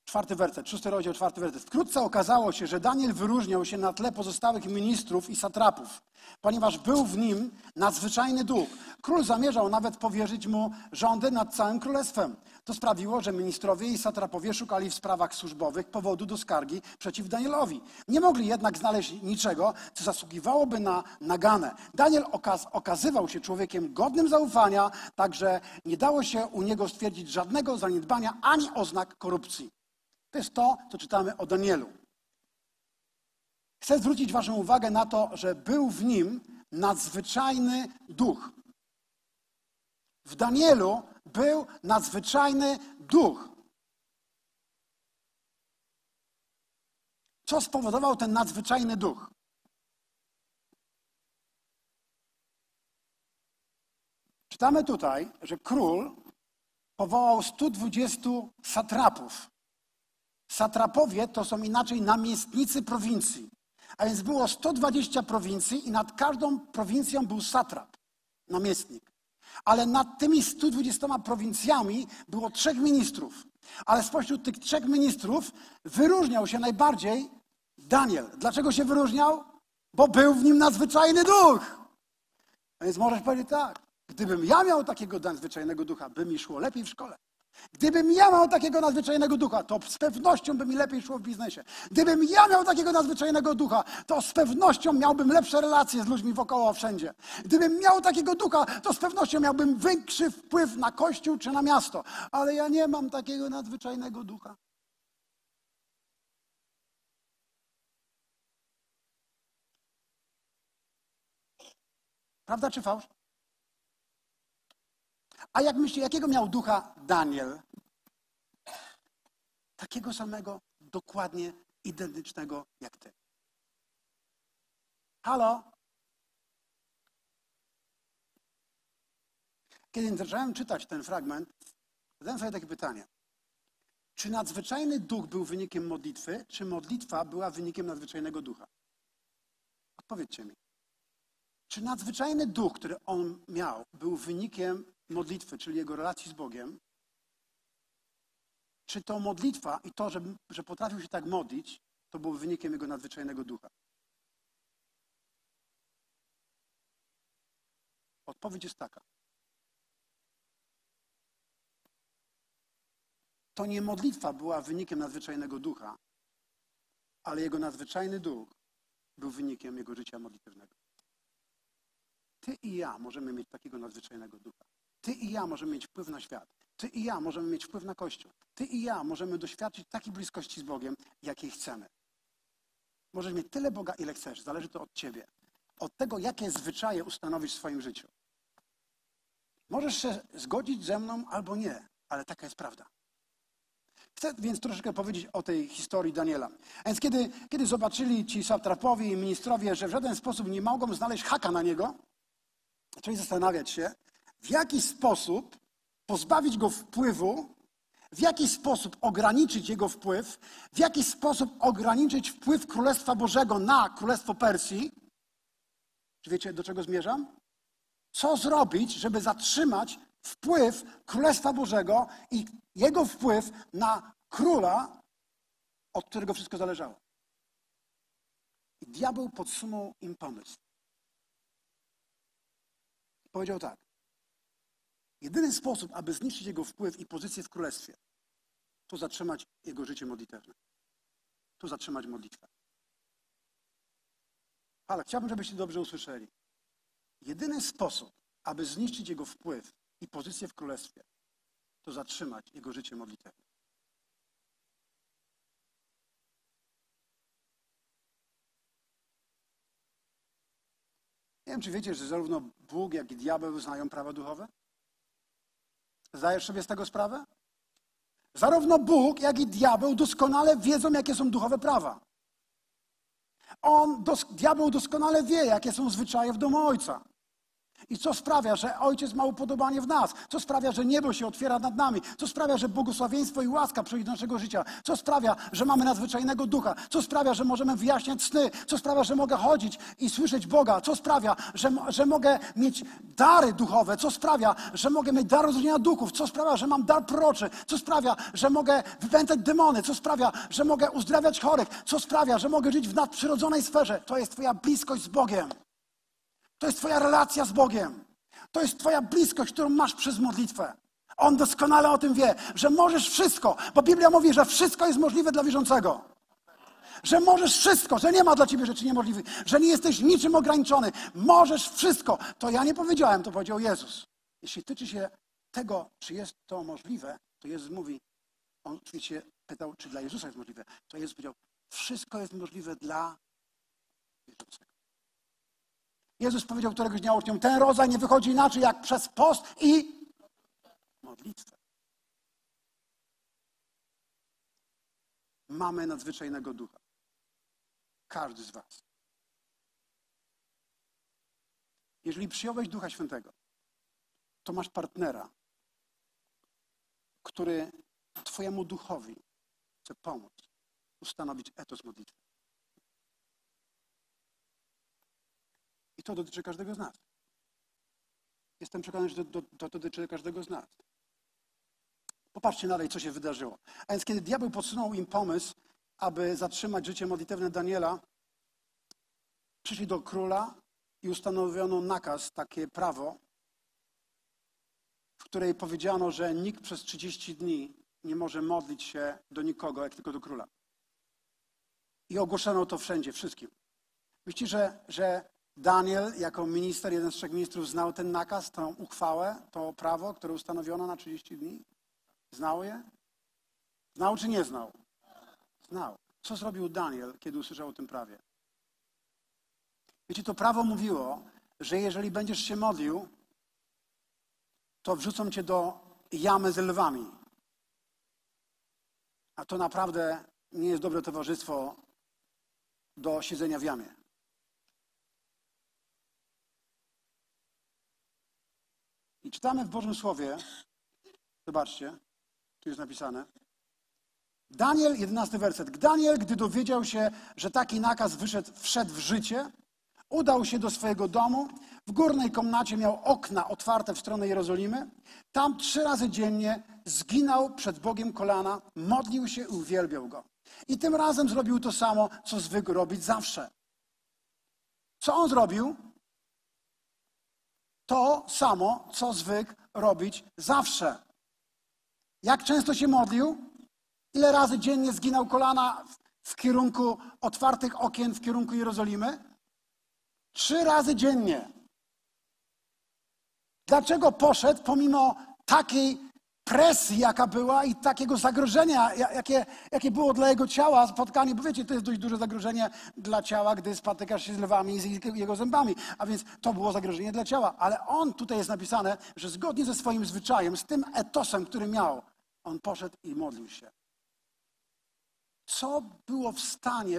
4 werset, 6 rozdział, 4 werset. Wkrótce okazało się, że Daniel wyróżniał się na tle pozostałych ministrów i satrapów, ponieważ był w nim nadzwyczajny duch. Król zamierzał nawet powierzyć mu rządy nad całym królestwem. To sprawiło, że ministrowie i satrapowie szukali w sprawach służbowych powodu do skargi przeciw Danielowi. Nie mogli jednak znaleźć niczego, co zasługiwałoby na naganę. Daniel okazywał się człowiekiem godnym zaufania, także nie dało się u niego stwierdzić żadnego zaniedbania ani oznak korupcji. To jest to, co czytamy o Danielu. Chcę zwrócić waszą uwagę na to, że był w nim nadzwyczajny duch. W Danielu był nadzwyczajny duch. Co spowodował ten nadzwyczajny duch? Czytamy tutaj, że król powołał 120 satrapów. Satrapowie to są inaczej namiestnicy prowincji. A więc było 120 prowincji i nad każdą prowincją był satrap, namiestnik. Ale nad tymi 120 prowincjami było 3 ministrów. Ale spośród tych 3 ministrów wyróżniał się najbardziej Daniel. Dlaczego się wyróżniał? Bo był w nim nadzwyczajny duch. A więc możesz powiedzieć tak, gdybym ja miał takiego nadzwyczajnego ducha, by mi szło lepiej w szkole. Gdybym ja miał takiego nadzwyczajnego ducha, to z pewnością by mi lepiej szło w biznesie. Gdybym ja miał takiego nadzwyczajnego ducha, to z pewnością miałbym lepsze relacje z ludźmi wokoło wszędzie. Gdybym miał takiego ducha, to z pewnością miałbym większy wpływ na Kościół czy na miasto. Ale ja nie mam takiego nadzwyczajnego ducha. Prawda czy fałsz? A jak myślicie, jakiego miał ducha Daniel? Takiego samego, dokładnie identycznego jak ty. Halo? Kiedy zacząłem czytać ten fragment, zadałem sobie takie pytanie. Czy nadzwyczajny duch był wynikiem modlitwy, czy modlitwa była wynikiem nadzwyczajnego ducha? Odpowiedzcie mi. Czy nadzwyczajny duch, który on miał, był wynikiem modlitwy, czyli jego relacji z Bogiem? Czy to modlitwa i to, że potrafił się tak modlić, to było wynikiem jego nadzwyczajnego ducha? Odpowiedź jest taka. To nie modlitwa była wynikiem nadzwyczajnego ducha, ale jego nadzwyczajny duch był wynikiem jego życia modlitewnego. Ty i ja możemy mieć takiego nadzwyczajnego ducha. Ty i ja możemy mieć wpływ na świat. Ty i ja możemy mieć wpływ na Kościół. Ty i ja możemy doświadczyć takiej bliskości z Bogiem, jakiej chcemy. Możesz mieć tyle Boga, ile chcesz. Zależy to od ciebie. Od tego, jakie zwyczaje ustanowisz w swoim życiu. Możesz się zgodzić ze mną albo nie, ale taka jest prawda. Chcę więc troszeczkę powiedzieć o tej historii Daniela. A więc kiedy zobaczyli ci satrapowie i ministrowie, że w żaden sposób nie mogą znaleźć haka na niego, zaczęli zastanawiać się, w jaki sposób pozbawić go wpływu, w jaki sposób ograniczyć jego wpływ, w jaki sposób ograniczyć wpływ Królestwa Bożego na Królestwo Persji. Czy wiecie, do czego zmierzam? Co zrobić, żeby zatrzymać wpływ Królestwa Bożego i jego wpływ na króla, od którego wszystko zależało. I diabeł podsunął im pomysł. Powiedział tak. Jedyny sposób, aby zniszczyć jego wpływ i pozycję w królestwie, to zatrzymać jego życie modlitewne. To zatrzymać modlitwę. Ale chciałbym, żebyście dobrze usłyszeli. Jedyny sposób, aby zniszczyć jego wpływ i pozycję w królestwie, to zatrzymać jego życie modlitewne. Nie wiem, czy wiecie, że zarówno Bóg, jak i diabeł znają prawa duchowe? Zdajesz sobie z tego sprawę? Zarówno Bóg, jak i diabeł doskonale wiedzą, jakie są duchowe prawa. Diabeł doskonale wie, jakie są zwyczaje w domu Ojca. I co sprawia, że Ojciec ma upodobanie w nas? Co sprawia, że niebo się otwiera nad nami? Co sprawia, że błogosławieństwo i łaska przychodzi do naszego życia? Co sprawia, że mamy nadzwyczajnego ducha? Co sprawia, że możemy wyjaśniać sny? Co sprawia, że mogę chodzić i słyszeć Boga? Co sprawia, że mogę mieć dary duchowe? Co sprawia, że mogę mieć dar rozróżnienia duchów? Co sprawia, że mam dar proroczy? Co sprawia, że mogę wypędzać demony? Co sprawia, że mogę uzdrawiać chorych? Co sprawia, że mogę żyć w nadprzyrodzonej sferze? To jest Twoja bliskość z Bogiem. To jest Twoja relacja z Bogiem. To jest Twoja bliskość, którą masz przez modlitwę. On doskonale o tym wie, że możesz wszystko, bo Biblia mówi, że wszystko jest możliwe dla wierzącego. Że możesz wszystko, że nie ma dla Ciebie rzeczy niemożliwych, że nie jesteś niczym ograniczony. Możesz wszystko. To ja nie powiedziałem, to powiedział Jezus. Jeśli tyczy się tego, czy jest to możliwe, to Jezus mówi, on oczywiście pytał, czy dla Jezusa jest możliwe. To Jezus powiedział, wszystko jest możliwe dla wierzącego. Jezus powiedział któregoś dnia uczniom, ten rodzaj nie wychodzi inaczej jak przez post i modlitwę. Mamy nadzwyczajnego ducha. Każdy z was. Jeżeli przyjąłeś Ducha Świętego, to masz partnera, który Twojemu duchowi chce pomóc ustanowić etos modlitwy. I to dotyczy każdego z nas. Jestem przekonany, że to dotyczy każdego z nas. Popatrzcie dalej, co się wydarzyło. A więc kiedy diabeł podsunął im pomysł, aby zatrzymać życie modlitewne Daniela, przyszli do króla i ustanowiono nakaz, takie prawo, w której powiedziano, że nikt przez 30 dni nie może modlić się do nikogo, jak tylko do króla. I ogłoszono to wszędzie, wszystkim. Myślicie, że Daniel jako minister, jeden z 3 ministrów, znał ten nakaz, tę uchwałę, to prawo, które ustanowiono na 30 dni? Znał je? Znał czy nie znał? Znał. Co zrobił Daniel, kiedy usłyszał o tym prawie? Wiecie, to prawo mówiło, że jeżeli będziesz się modlił, to wrzucą cię do jamy z lwami. A to naprawdę nie jest dobre towarzystwo do siedzenia w jamie. I czytamy w Bożym Słowie, zobaczcie, tu jest napisane, Daniel, 11 werset. Daniel, gdy dowiedział się, że taki nakaz wszedł w życie, udał się do swojego domu. W górnej komnacie miał okna otwarte w stronę Jerozolimy. Tam 3 razy dziennie zginał przed Bogiem kolana, modlił się i uwielbiał Go. I tym razem zrobił to samo, co zwykł robić zawsze. Co on zrobił? To samo, co zwykł robić zawsze. Jak często się modlił? Ile razy dziennie zginał kolana w kierunku otwartych okien, w kierunku Jerozolimy? 3 razy dziennie. Dlaczego poszedł pomimo takiej presji, jaka była i takiego zagrożenia, jakie było dla jego ciała spotkanie? Bo wiecie, to jest dość duże zagrożenie dla ciała, gdy spotykasz się z lwami i z jego zębami. A więc to było zagrożenie dla ciała. Ale on, tutaj jest napisane, że zgodnie ze swoim zwyczajem, z tym etosem, który miał, on poszedł i modlił się. Co było w stanie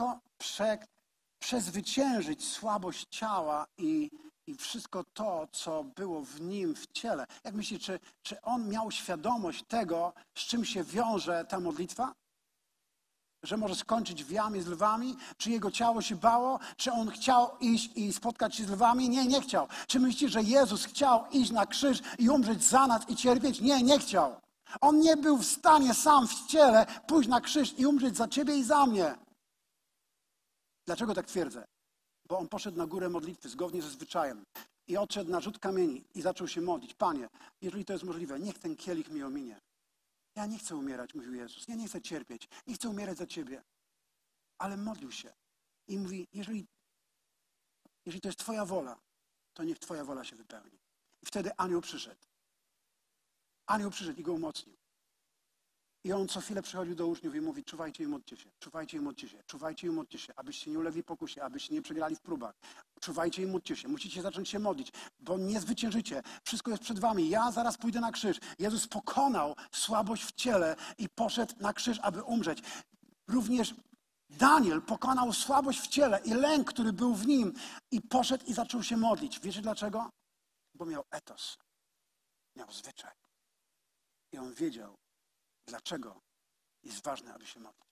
przezwyciężyć słabość ciała i wszystko to, co było w nim, w ciele? Jak myślicie, czy on miał świadomość tego, z czym się wiąże ta modlitwa? Że może skończyć w jamie z lwami? Czy jego ciało się bało? Czy on chciał iść i spotkać się z lwami? Nie, nie chciał. Czy myślicie, że Jezus chciał iść na krzyż i umrzeć za nas i cierpieć? Nie, nie chciał. On nie był w stanie sam w ciele pójść na krzyż i umrzeć za ciebie i za mnie. Dlaczego tak twierdzę? Bo on poszedł na górę modlitwy zgodnie ze zwyczajem i odszedł na rzut kamieni i zaczął się modlić. Panie, jeżeli to jest możliwe, niech ten kielich mi ominie. Ja nie chcę umierać, mówił Jezus. Ja nie chcę cierpieć. Nie chcę umierać za ciebie. Ale modlił się. I mówi, jeżeli to jest Twoja wola, to niech Twoja wola się wypełni. I wtedy anioł przyszedł. Anioł przyszedł i go umocnił. I on co chwilę przychodził do uczniów i mówi, czuwajcie i módlcie się, czuwajcie i módlcie się, czuwajcie i módlcie się, abyście nie ulegli pokusie, abyście nie przegrali w próbach. Czuwajcie i módlcie się, musicie zacząć się modlić, bo nie zwyciężycie. Wszystko jest przed wami. Ja zaraz pójdę na krzyż. Jezus pokonał słabość w ciele i poszedł na krzyż, aby umrzeć. Również Daniel pokonał słabość w ciele i lęk, który był w nim i poszedł i zaczął się modlić. Wiecie dlaczego? Bo miał etos, miał zwyczaj. I on wiedział, dlaczego jest ważne, aby się modlić.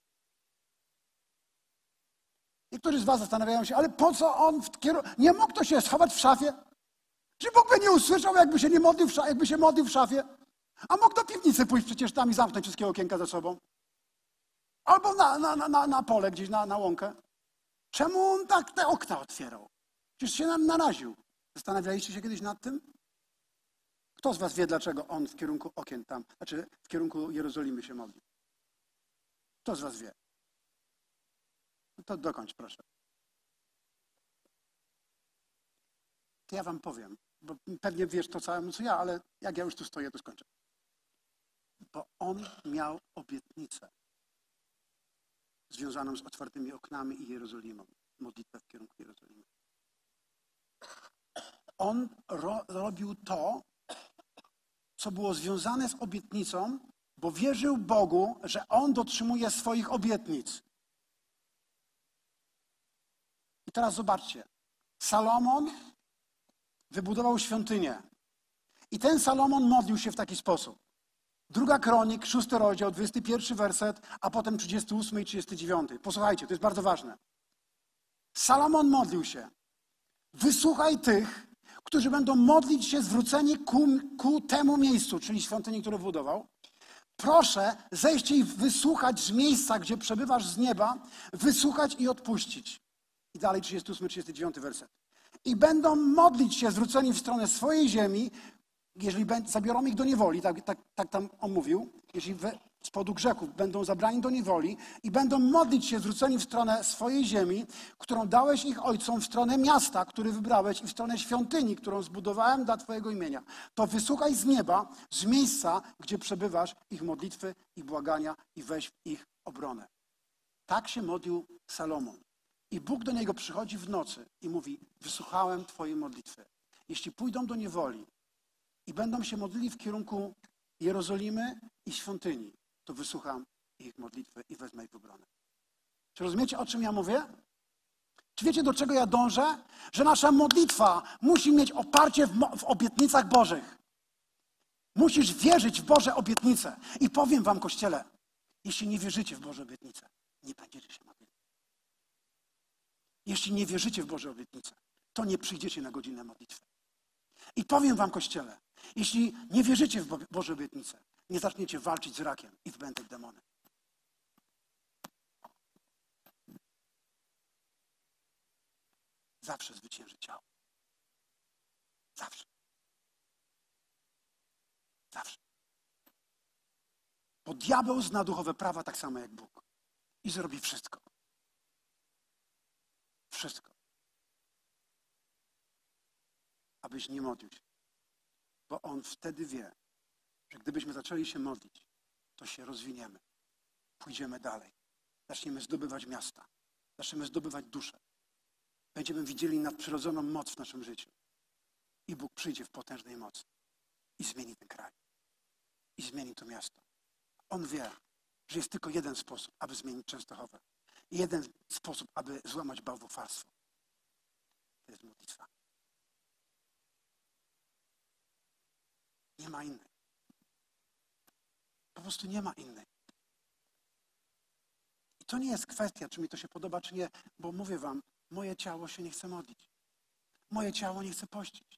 Niektórzy z was zastanawiają się, ale po co on nie mógł to się schować w szafie? Czy Bóg by nie usłyszał, jakby się modlił w szafie? A mógł do piwnicy pójść przecież tam i zamknąć wszystkie okienka za sobą. Albo na pole gdzieś, na łąkę. Czemu on tak te okna otwierał? Przecież się nam naraził. Zastanawialiście się kiedyś nad tym? Kto z was wie, dlaczego on w kierunku okien tam, znaczy w kierunku Jerozolimy się modlił? Kto z was wie? No to dokończ, proszę. To ja wam powiem, bo pewnie wiesz to samo co ja, ale jak ja już tu stoję, to skończę. Bo on miał obietnicę związaną z otwartymi oknami i Jerozolimą. Modlitwę w kierunku Jerozolimy. On robił to, co było związane z obietnicą, bo wierzył Bogu, że On dotrzymuje swoich obietnic. I teraz zobaczcie. Salomon wybudował świątynię. I ten Salomon modlił się w taki sposób. 2 Kronik, 6 rozdział, 21 werset, a potem 38 i 39. Posłuchajcie, to jest bardzo ważne. Salomon modlił się. Wysłuchaj tych, którzy będą modlić się zwróceni ku temu miejscu, czyli świątyni, które budował. Proszę zejście i wysłuchać z miejsca, gdzie przebywasz z nieba, wysłuchać i odpuścić. I dalej 38-39 werset. I będą modlić się zwróceni w stronę swojej ziemi, jeżeli zabiorą ich do niewoli, tak tam on mówił, jeśli z powodu grzechów będą zabrani do niewoli i będą modlić się zwróceni w stronę swojej ziemi, którą dałeś ich ojcom, w stronę miasta, który wybrałeś i w stronę świątyni, którą zbudowałem dla Twojego imienia. To wysłuchaj z nieba, z miejsca, gdzie przebywasz, ich modlitwy, ich błagania i weź w ich obronę. Tak się modlił Salomon. I Bóg do niego przychodzi w nocy i mówi, wysłuchałem Twojej modlitwy. Jeśli pójdą do niewoli i będą się modlili w kierunku Jerozolimy i świątyni, to wysłucham ich modlitwy i wezmę ich w obronę. Czy rozumiecie, o czym ja mówię? Czy wiecie, do czego ja dążę? Że nasza modlitwa musi mieć oparcie w obietnicach Bożych. Musisz wierzyć w Boże obietnice. I powiem wam, Kościele, jeśli nie wierzycie w Boże obietnice, nie będziecie się modlić. Jeśli nie wierzycie w Boże obietnice, to nie przyjdziecie na godzinę modlitwy. I powiem wam, Kościele, jeśli nie wierzycie w Boże obietnice, nie zaczniecie walczyć z rakiem i wybętać demony. Zawsze zwycięży ciało. Zawsze. Zawsze. Bo diabeł zna duchowe prawa tak samo jak Bóg. I zrobi wszystko. Wszystko. Abyś nie modlił się. Bo on wtedy wie, że gdybyśmy zaczęli się modlić, to się rozwiniemy. Pójdziemy dalej. Zaczniemy zdobywać miasta. Zaczniemy zdobywać dusze. Będziemy widzieli nadprzyrodzoną moc w naszym życiu. I Bóg przyjdzie w potężnej mocy. I zmieni ten kraj. I zmieni to miasto. On wie, że jest tylko jeden sposób, aby zmienić Częstochowę. Jeden sposób, aby złamać bałwochwalstwo. To jest modlitwa. Nie ma innej. Po prostu nie ma innej. I to nie jest kwestia, czy mi to się podoba, czy nie, bo mówię wam, moje ciało się nie chce modlić. Moje ciało nie chce pościć.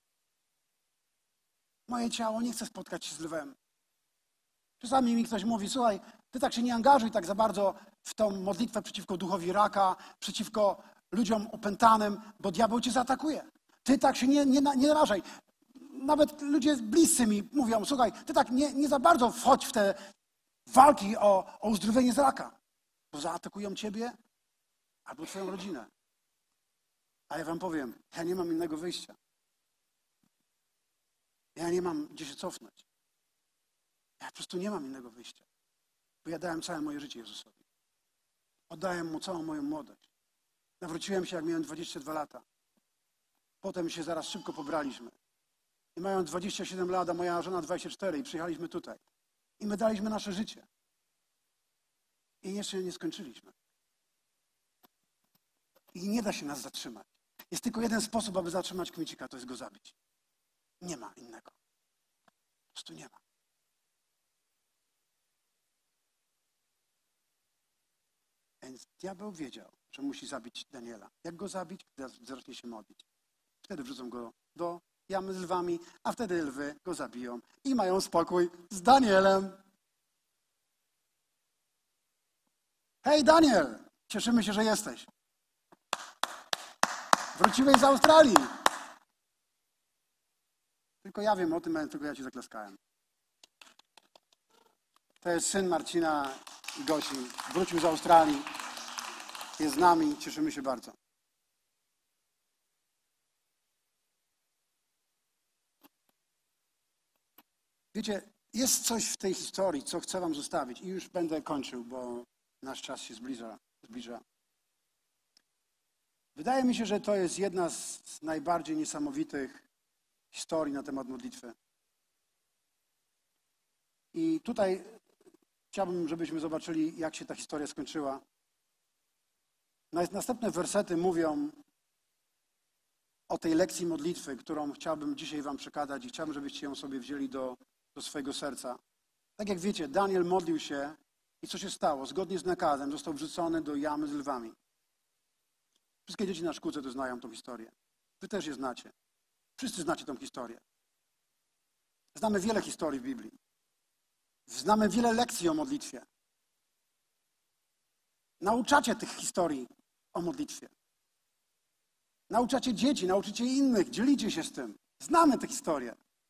Moje ciało nie chce spotkać się z lwem. Czasami mi ktoś mówi, słuchaj, ty tak się nie angażuj tak za bardzo w tą modlitwę przeciwko duchowi raka, przeciwko ludziom opętanym, bo diabeł cię zaatakuje. Ty tak się nie narażaj. Nawet ludzie bliscy mi mówią, słuchaj, ty tak nie za bardzo wchodź w te walki o uzdrowienie z raka, bo zaatakują ciebie albo twoją rodzinę. A ja wam powiem, ja nie mam innego wyjścia. Ja nie mam gdzie się cofnąć. Ja po prostu nie mam innego wyjścia. Bo ja dałem całe moje życie Jezusowi. Oddałem Mu całą moją młodość. Nawróciłem się, jak miałem 22 lata. Potem się zaraz szybko pobraliśmy. I mając 27 lat, a moja żona 24 i przyjechaliśmy tutaj. I my daliśmy nasze życie. I jeszcze nie skończyliśmy. I nie da się nas zatrzymać. Jest tylko jeden sposób, aby zatrzymać kmicika, to jest go zabić. Nie ma innego. Po prostu nie ma. Więc diabeł wiedział, że musi zabić Daniela. Jak go zabić? Zacznie się modlić. Wtedy wrzucą go do jamy z lwami, a wtedy lwy go zabiją i mają spokój z Danielem. Hej Daniel, cieszymy się, że jesteś. Wróciłeś z Australii. Tylko ja wiem o tym, tylko ja ci zaklaskałem. To jest syn Marcina i Gosi. Wrócił z Australii. Jest z nami. Cieszymy się bardzo. Wiecie, jest coś w tej historii, co chcę wam zostawić i już będę kończył, bo nasz czas się zbliża. Wydaje mi się, że to jest jedna z najbardziej niesamowitych historii na temat modlitwy. I tutaj chciałbym, żebyśmy zobaczyli, jak się ta historia skończyła. Następne wersety mówią o tej lekcji modlitwy, którą chciałbym dzisiaj wam przekazać i chciałbym, żebyście ją sobie wzięli do swojego serca. Tak jak wiecie, Daniel modlił się i co się stało? Zgodnie z nakazem został wrzucony do jamy z lwami. Wszystkie dzieci na szkółce to znają tą historię. Wy też je znacie. Wszyscy znacie tą historię. Znamy wiele historii w Biblii. Znamy wiele lekcji o modlitwie. Nauczacie tych historii o modlitwie. Nauczacie dzieci, nauczycie innych, dzielicie się z tym. Znamy tę historię.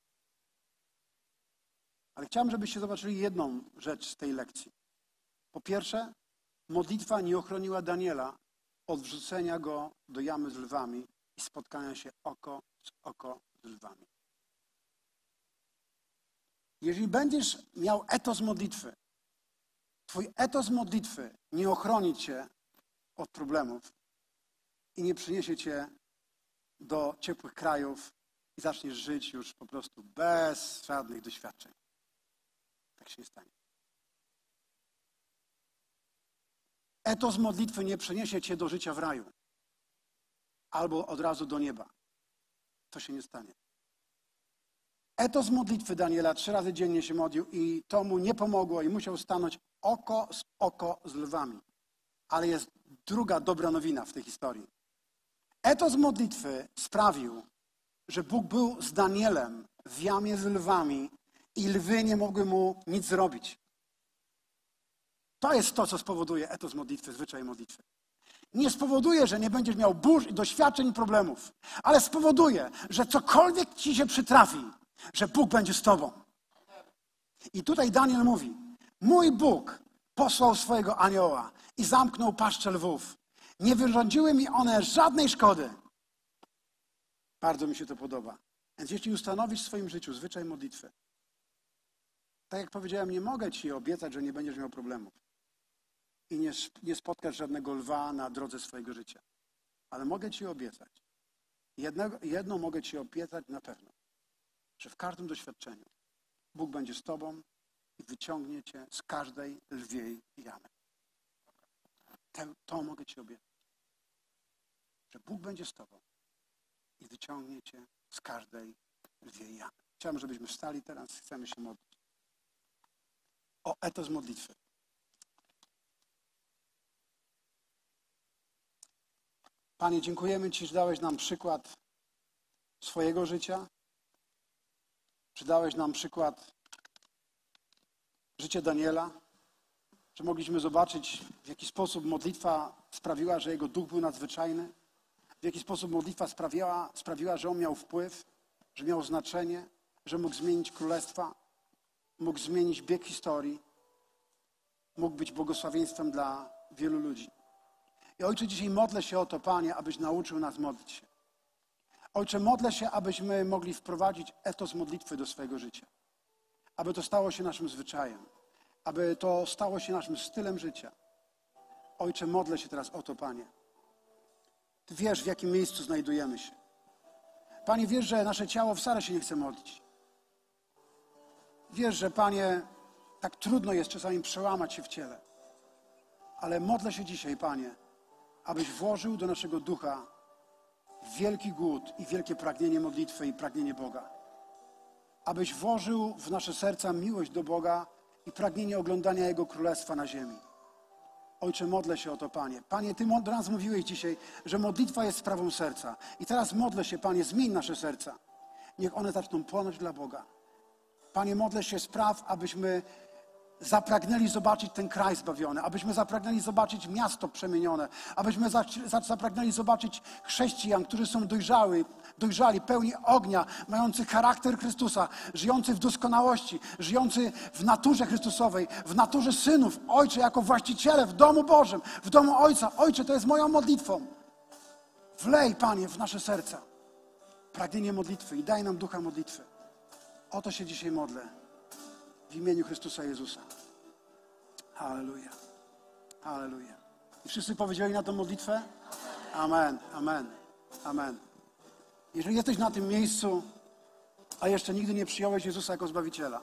Ale chciałem, żebyście zobaczyli jedną rzecz z tej lekcji. Po pierwsze, modlitwa nie ochroniła Daniela od wrzucenia go do jamy z lwami i spotkania się oko z oko z lwami. Jeżeli będziesz miał etos modlitwy, twój etos modlitwy nie ochroni cię od problemów i nie przyniesie cię do ciepłych krajów i zaczniesz żyć już po prostu bez żadnych doświadczeń. Tak się nie stanie. Etos modlitwy nie przyniesie cię do życia w raju albo od razu do nieba. To się nie stanie. Etos modlitwy Daniela 3 razy dziennie się modlił i to mu nie pomogło i musiał stanąć oko z lwami. Ale jest druga dobra nowina w tej historii. Etos modlitwy sprawił, że Bóg był z Danielem w jamie z lwami i lwy nie mogły mu nic zrobić. To jest to, co spowoduje etos modlitwy, zwyczaj modlitwy. Nie spowoduje, że nie będziesz miał burz i doświadczeń i problemów, ale spowoduje, że cokolwiek ci się przytrafi, że Bóg będzie z tobą. I tutaj Daniel mówi, mój Bóg posłał swojego anioła i zamknął paszczę lwów. Nie wyrządziły mi one żadnej szkody. Bardzo mi się to podoba. Więc jeśli ustanowisz w swoim życiu zwyczaj modlitwy, tak jak powiedziałem, nie mogę ci obiecać, że nie będziesz miał problemów i nie spotkasz żadnego lwa na drodze swojego życia. Ale mogę ci obiecać, jedno mogę ci obiecać na pewno, że w każdym doświadczeniu Bóg będzie z tobą i wyciągnie cię z każdej lwiej jamy. To mogę ci obiecać, że Bóg będzie z tobą i wyciągnie cię z każdej lwiej jamy. Chciałbym, żebyśmy wstali teraz, chcemy się modlić. O etos modlitwy. Panie, dziękujemy Ci, że dałeś nam przykład swojego życia, że dałeś nam przykład życia Daniela, że mogliśmy zobaczyć, w jaki sposób modlitwa sprawiła, że jego duch był nadzwyczajny, w jaki sposób modlitwa sprawiła, że on miał wpływ, że miał znaczenie, że mógł zmienić królestwa, mógł zmienić bieg historii, mógł być błogosławieństwem dla wielu ludzi. I Ojcze, dzisiaj modlę się o to, Panie, abyś nauczył nas modlić się. Ojcze, modlę się, abyśmy mogli wprowadzić etos modlitwy do swojego życia. Aby to stało się naszym zwyczajem. Aby to stało się naszym stylem życia. Ojcze, modlę się teraz o to, Panie. Ty wiesz, w jakim miejscu znajdujemy się. Panie, wiesz, że nasze ciało wcale się nie chce modlić. Wiesz, że, Panie, tak trudno jest czasami przełamać się w ciele. Ale modlę się dzisiaj, Panie, abyś włożył do naszego ducha wielki głód i wielkie pragnienie modlitwy i pragnienie Boga. abyś włożył w nasze serca miłość do Boga i pragnienie oglądania Jego Królestwa na ziemi. Ojcze, modlę się o to, Panie. Panie, Ty do nas mówiłeś dzisiaj, że modlitwa jest sprawą serca. I teraz modlę się, Panie, zmień nasze serca. Niech one zaczną płonąć dla Boga. Panie, modlę się, spraw, abyśmy zapragnęli zobaczyć ten kraj zbawiony, abyśmy zapragnęli zobaczyć miasto przemienione, abyśmy zapragnęli zobaczyć chrześcijan, którzy są dojrzali, pełni ognia, mający charakter Chrystusa, żyjący w doskonałości, żyjący w naturze Chrystusowej, w naturze synów. Ojcze, jako właściciele w domu Bożym, w domu Ojca. Ojcze, to jest moją modlitwą. Wlej, Panie, w nasze serca pragnienie modlitwy i daj nam ducha modlitwy. O to się dzisiaj modlę. W imieniu Chrystusa Jezusa. Halleluja. Halleluja. I wszyscy powiedzieli na tę modlitwę? Amen, amen, amen. Jeżeli jesteś na tym miejscu, a jeszcze nigdy nie przyjąłeś Jezusa jako Zbawiciela,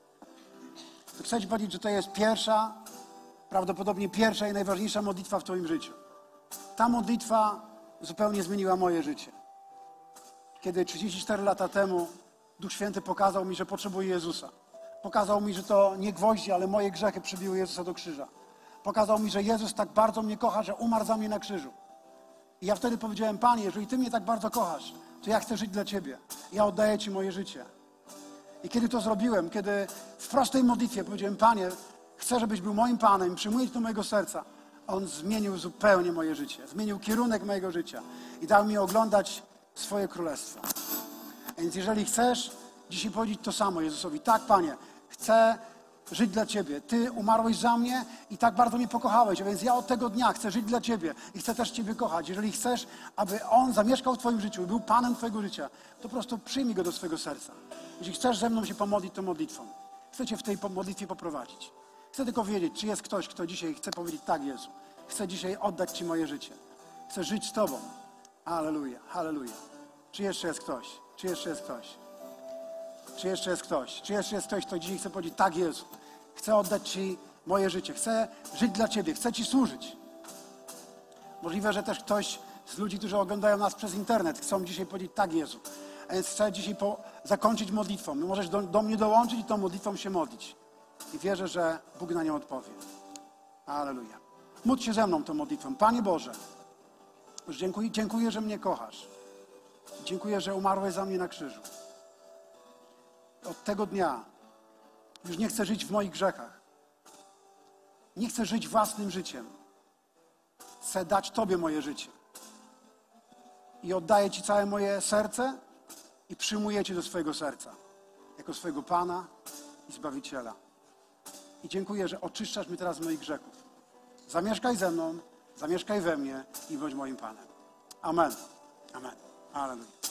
to chcę Ci powiedzieć, że to jest prawdopodobnie pierwsza i najważniejsza modlitwa w Twoim życiu. Ta modlitwa zupełnie zmieniła moje życie. Kiedy 34 lata temu Duch Święty pokazał mi, że potrzebuję Jezusa. Pokazał mi, że to nie gwoździe, ale moje grzechy przybiły Jezusa do krzyża. Pokazał mi, że Jezus tak bardzo mnie kocha, że umarł za mnie na krzyżu. I ja wtedy powiedziałem, Panie, jeżeli Ty mnie tak bardzo kochasz, to ja chcę żyć dla Ciebie. Ja oddaję Ci moje życie. I kiedy to zrobiłem, kiedy w prostej modlitwie powiedziałem, Panie, chcę, żebyś był moim Panem i przyjmuję Cię do mojego serca, On zmienił zupełnie moje życie. Zmienił kierunek mojego życia i dał mi oglądać swoje królestwo. Więc jeżeli chcesz dzisiaj powiedzieć to samo Jezusowi, tak, Panie, chcę żyć dla Ciebie. Ty umarłeś za mnie i tak bardzo mnie pokochałeś, a więc ja od tego dnia chcę żyć dla Ciebie i chcę też Ciebie kochać. Jeżeli chcesz, aby On zamieszkał w Twoim życiu i był Panem Twojego życia, to po prostu przyjmij Go do swojego serca. Jeśli chcesz ze mną się pomodlić, to modlitwą. Chcę Cię w tej modlitwie poprowadzić. Chcę tylko wiedzieć, czy jest ktoś, kto dzisiaj chce powiedzieć, tak, Jezu, chcę dzisiaj oddać Ci moje życie. Chcę żyć z Tobą. Halleluja, halleluja. Czy jeszcze jest ktoś? Czy jeszcze jest ktoś? Czy jeszcze jest ktoś? Czy jeszcze jest ktoś, kto dzisiaj chce powiedzieć, tak, Jezu, chcę oddać Ci moje życie, chcę żyć dla Ciebie, chcę Ci służyć. Możliwe, że też ktoś z ludzi, którzy oglądają nas przez internet, chcą dzisiaj powiedzieć, tak, Jezu. A więc chcę dzisiaj zakończyć modlitwą. Możesz do mnie dołączyć i tą modlitwą się modlić. I wierzę, że Bóg na nią odpowie. Alleluja. Módl się ze mną tą modlitwą. Panie Boże, dziękuję, że mnie kochasz. Dziękuję, że umarłeś za mnie na krzyżu. Od tego dnia już nie chcę żyć w moich grzechach. Nie chcę żyć własnym życiem. Chcę dać Tobie moje życie. I oddaję Ci całe moje serce i przyjmuję Cię do swojego serca. Jako swojego Pana i Zbawiciela. I dziękuję, że oczyszczasz mnie teraz z moich grzechów. Zamieszkaj ze mną, zamieszkaj we mnie i bądź moim Panem. Amen. Amen. Alleluja.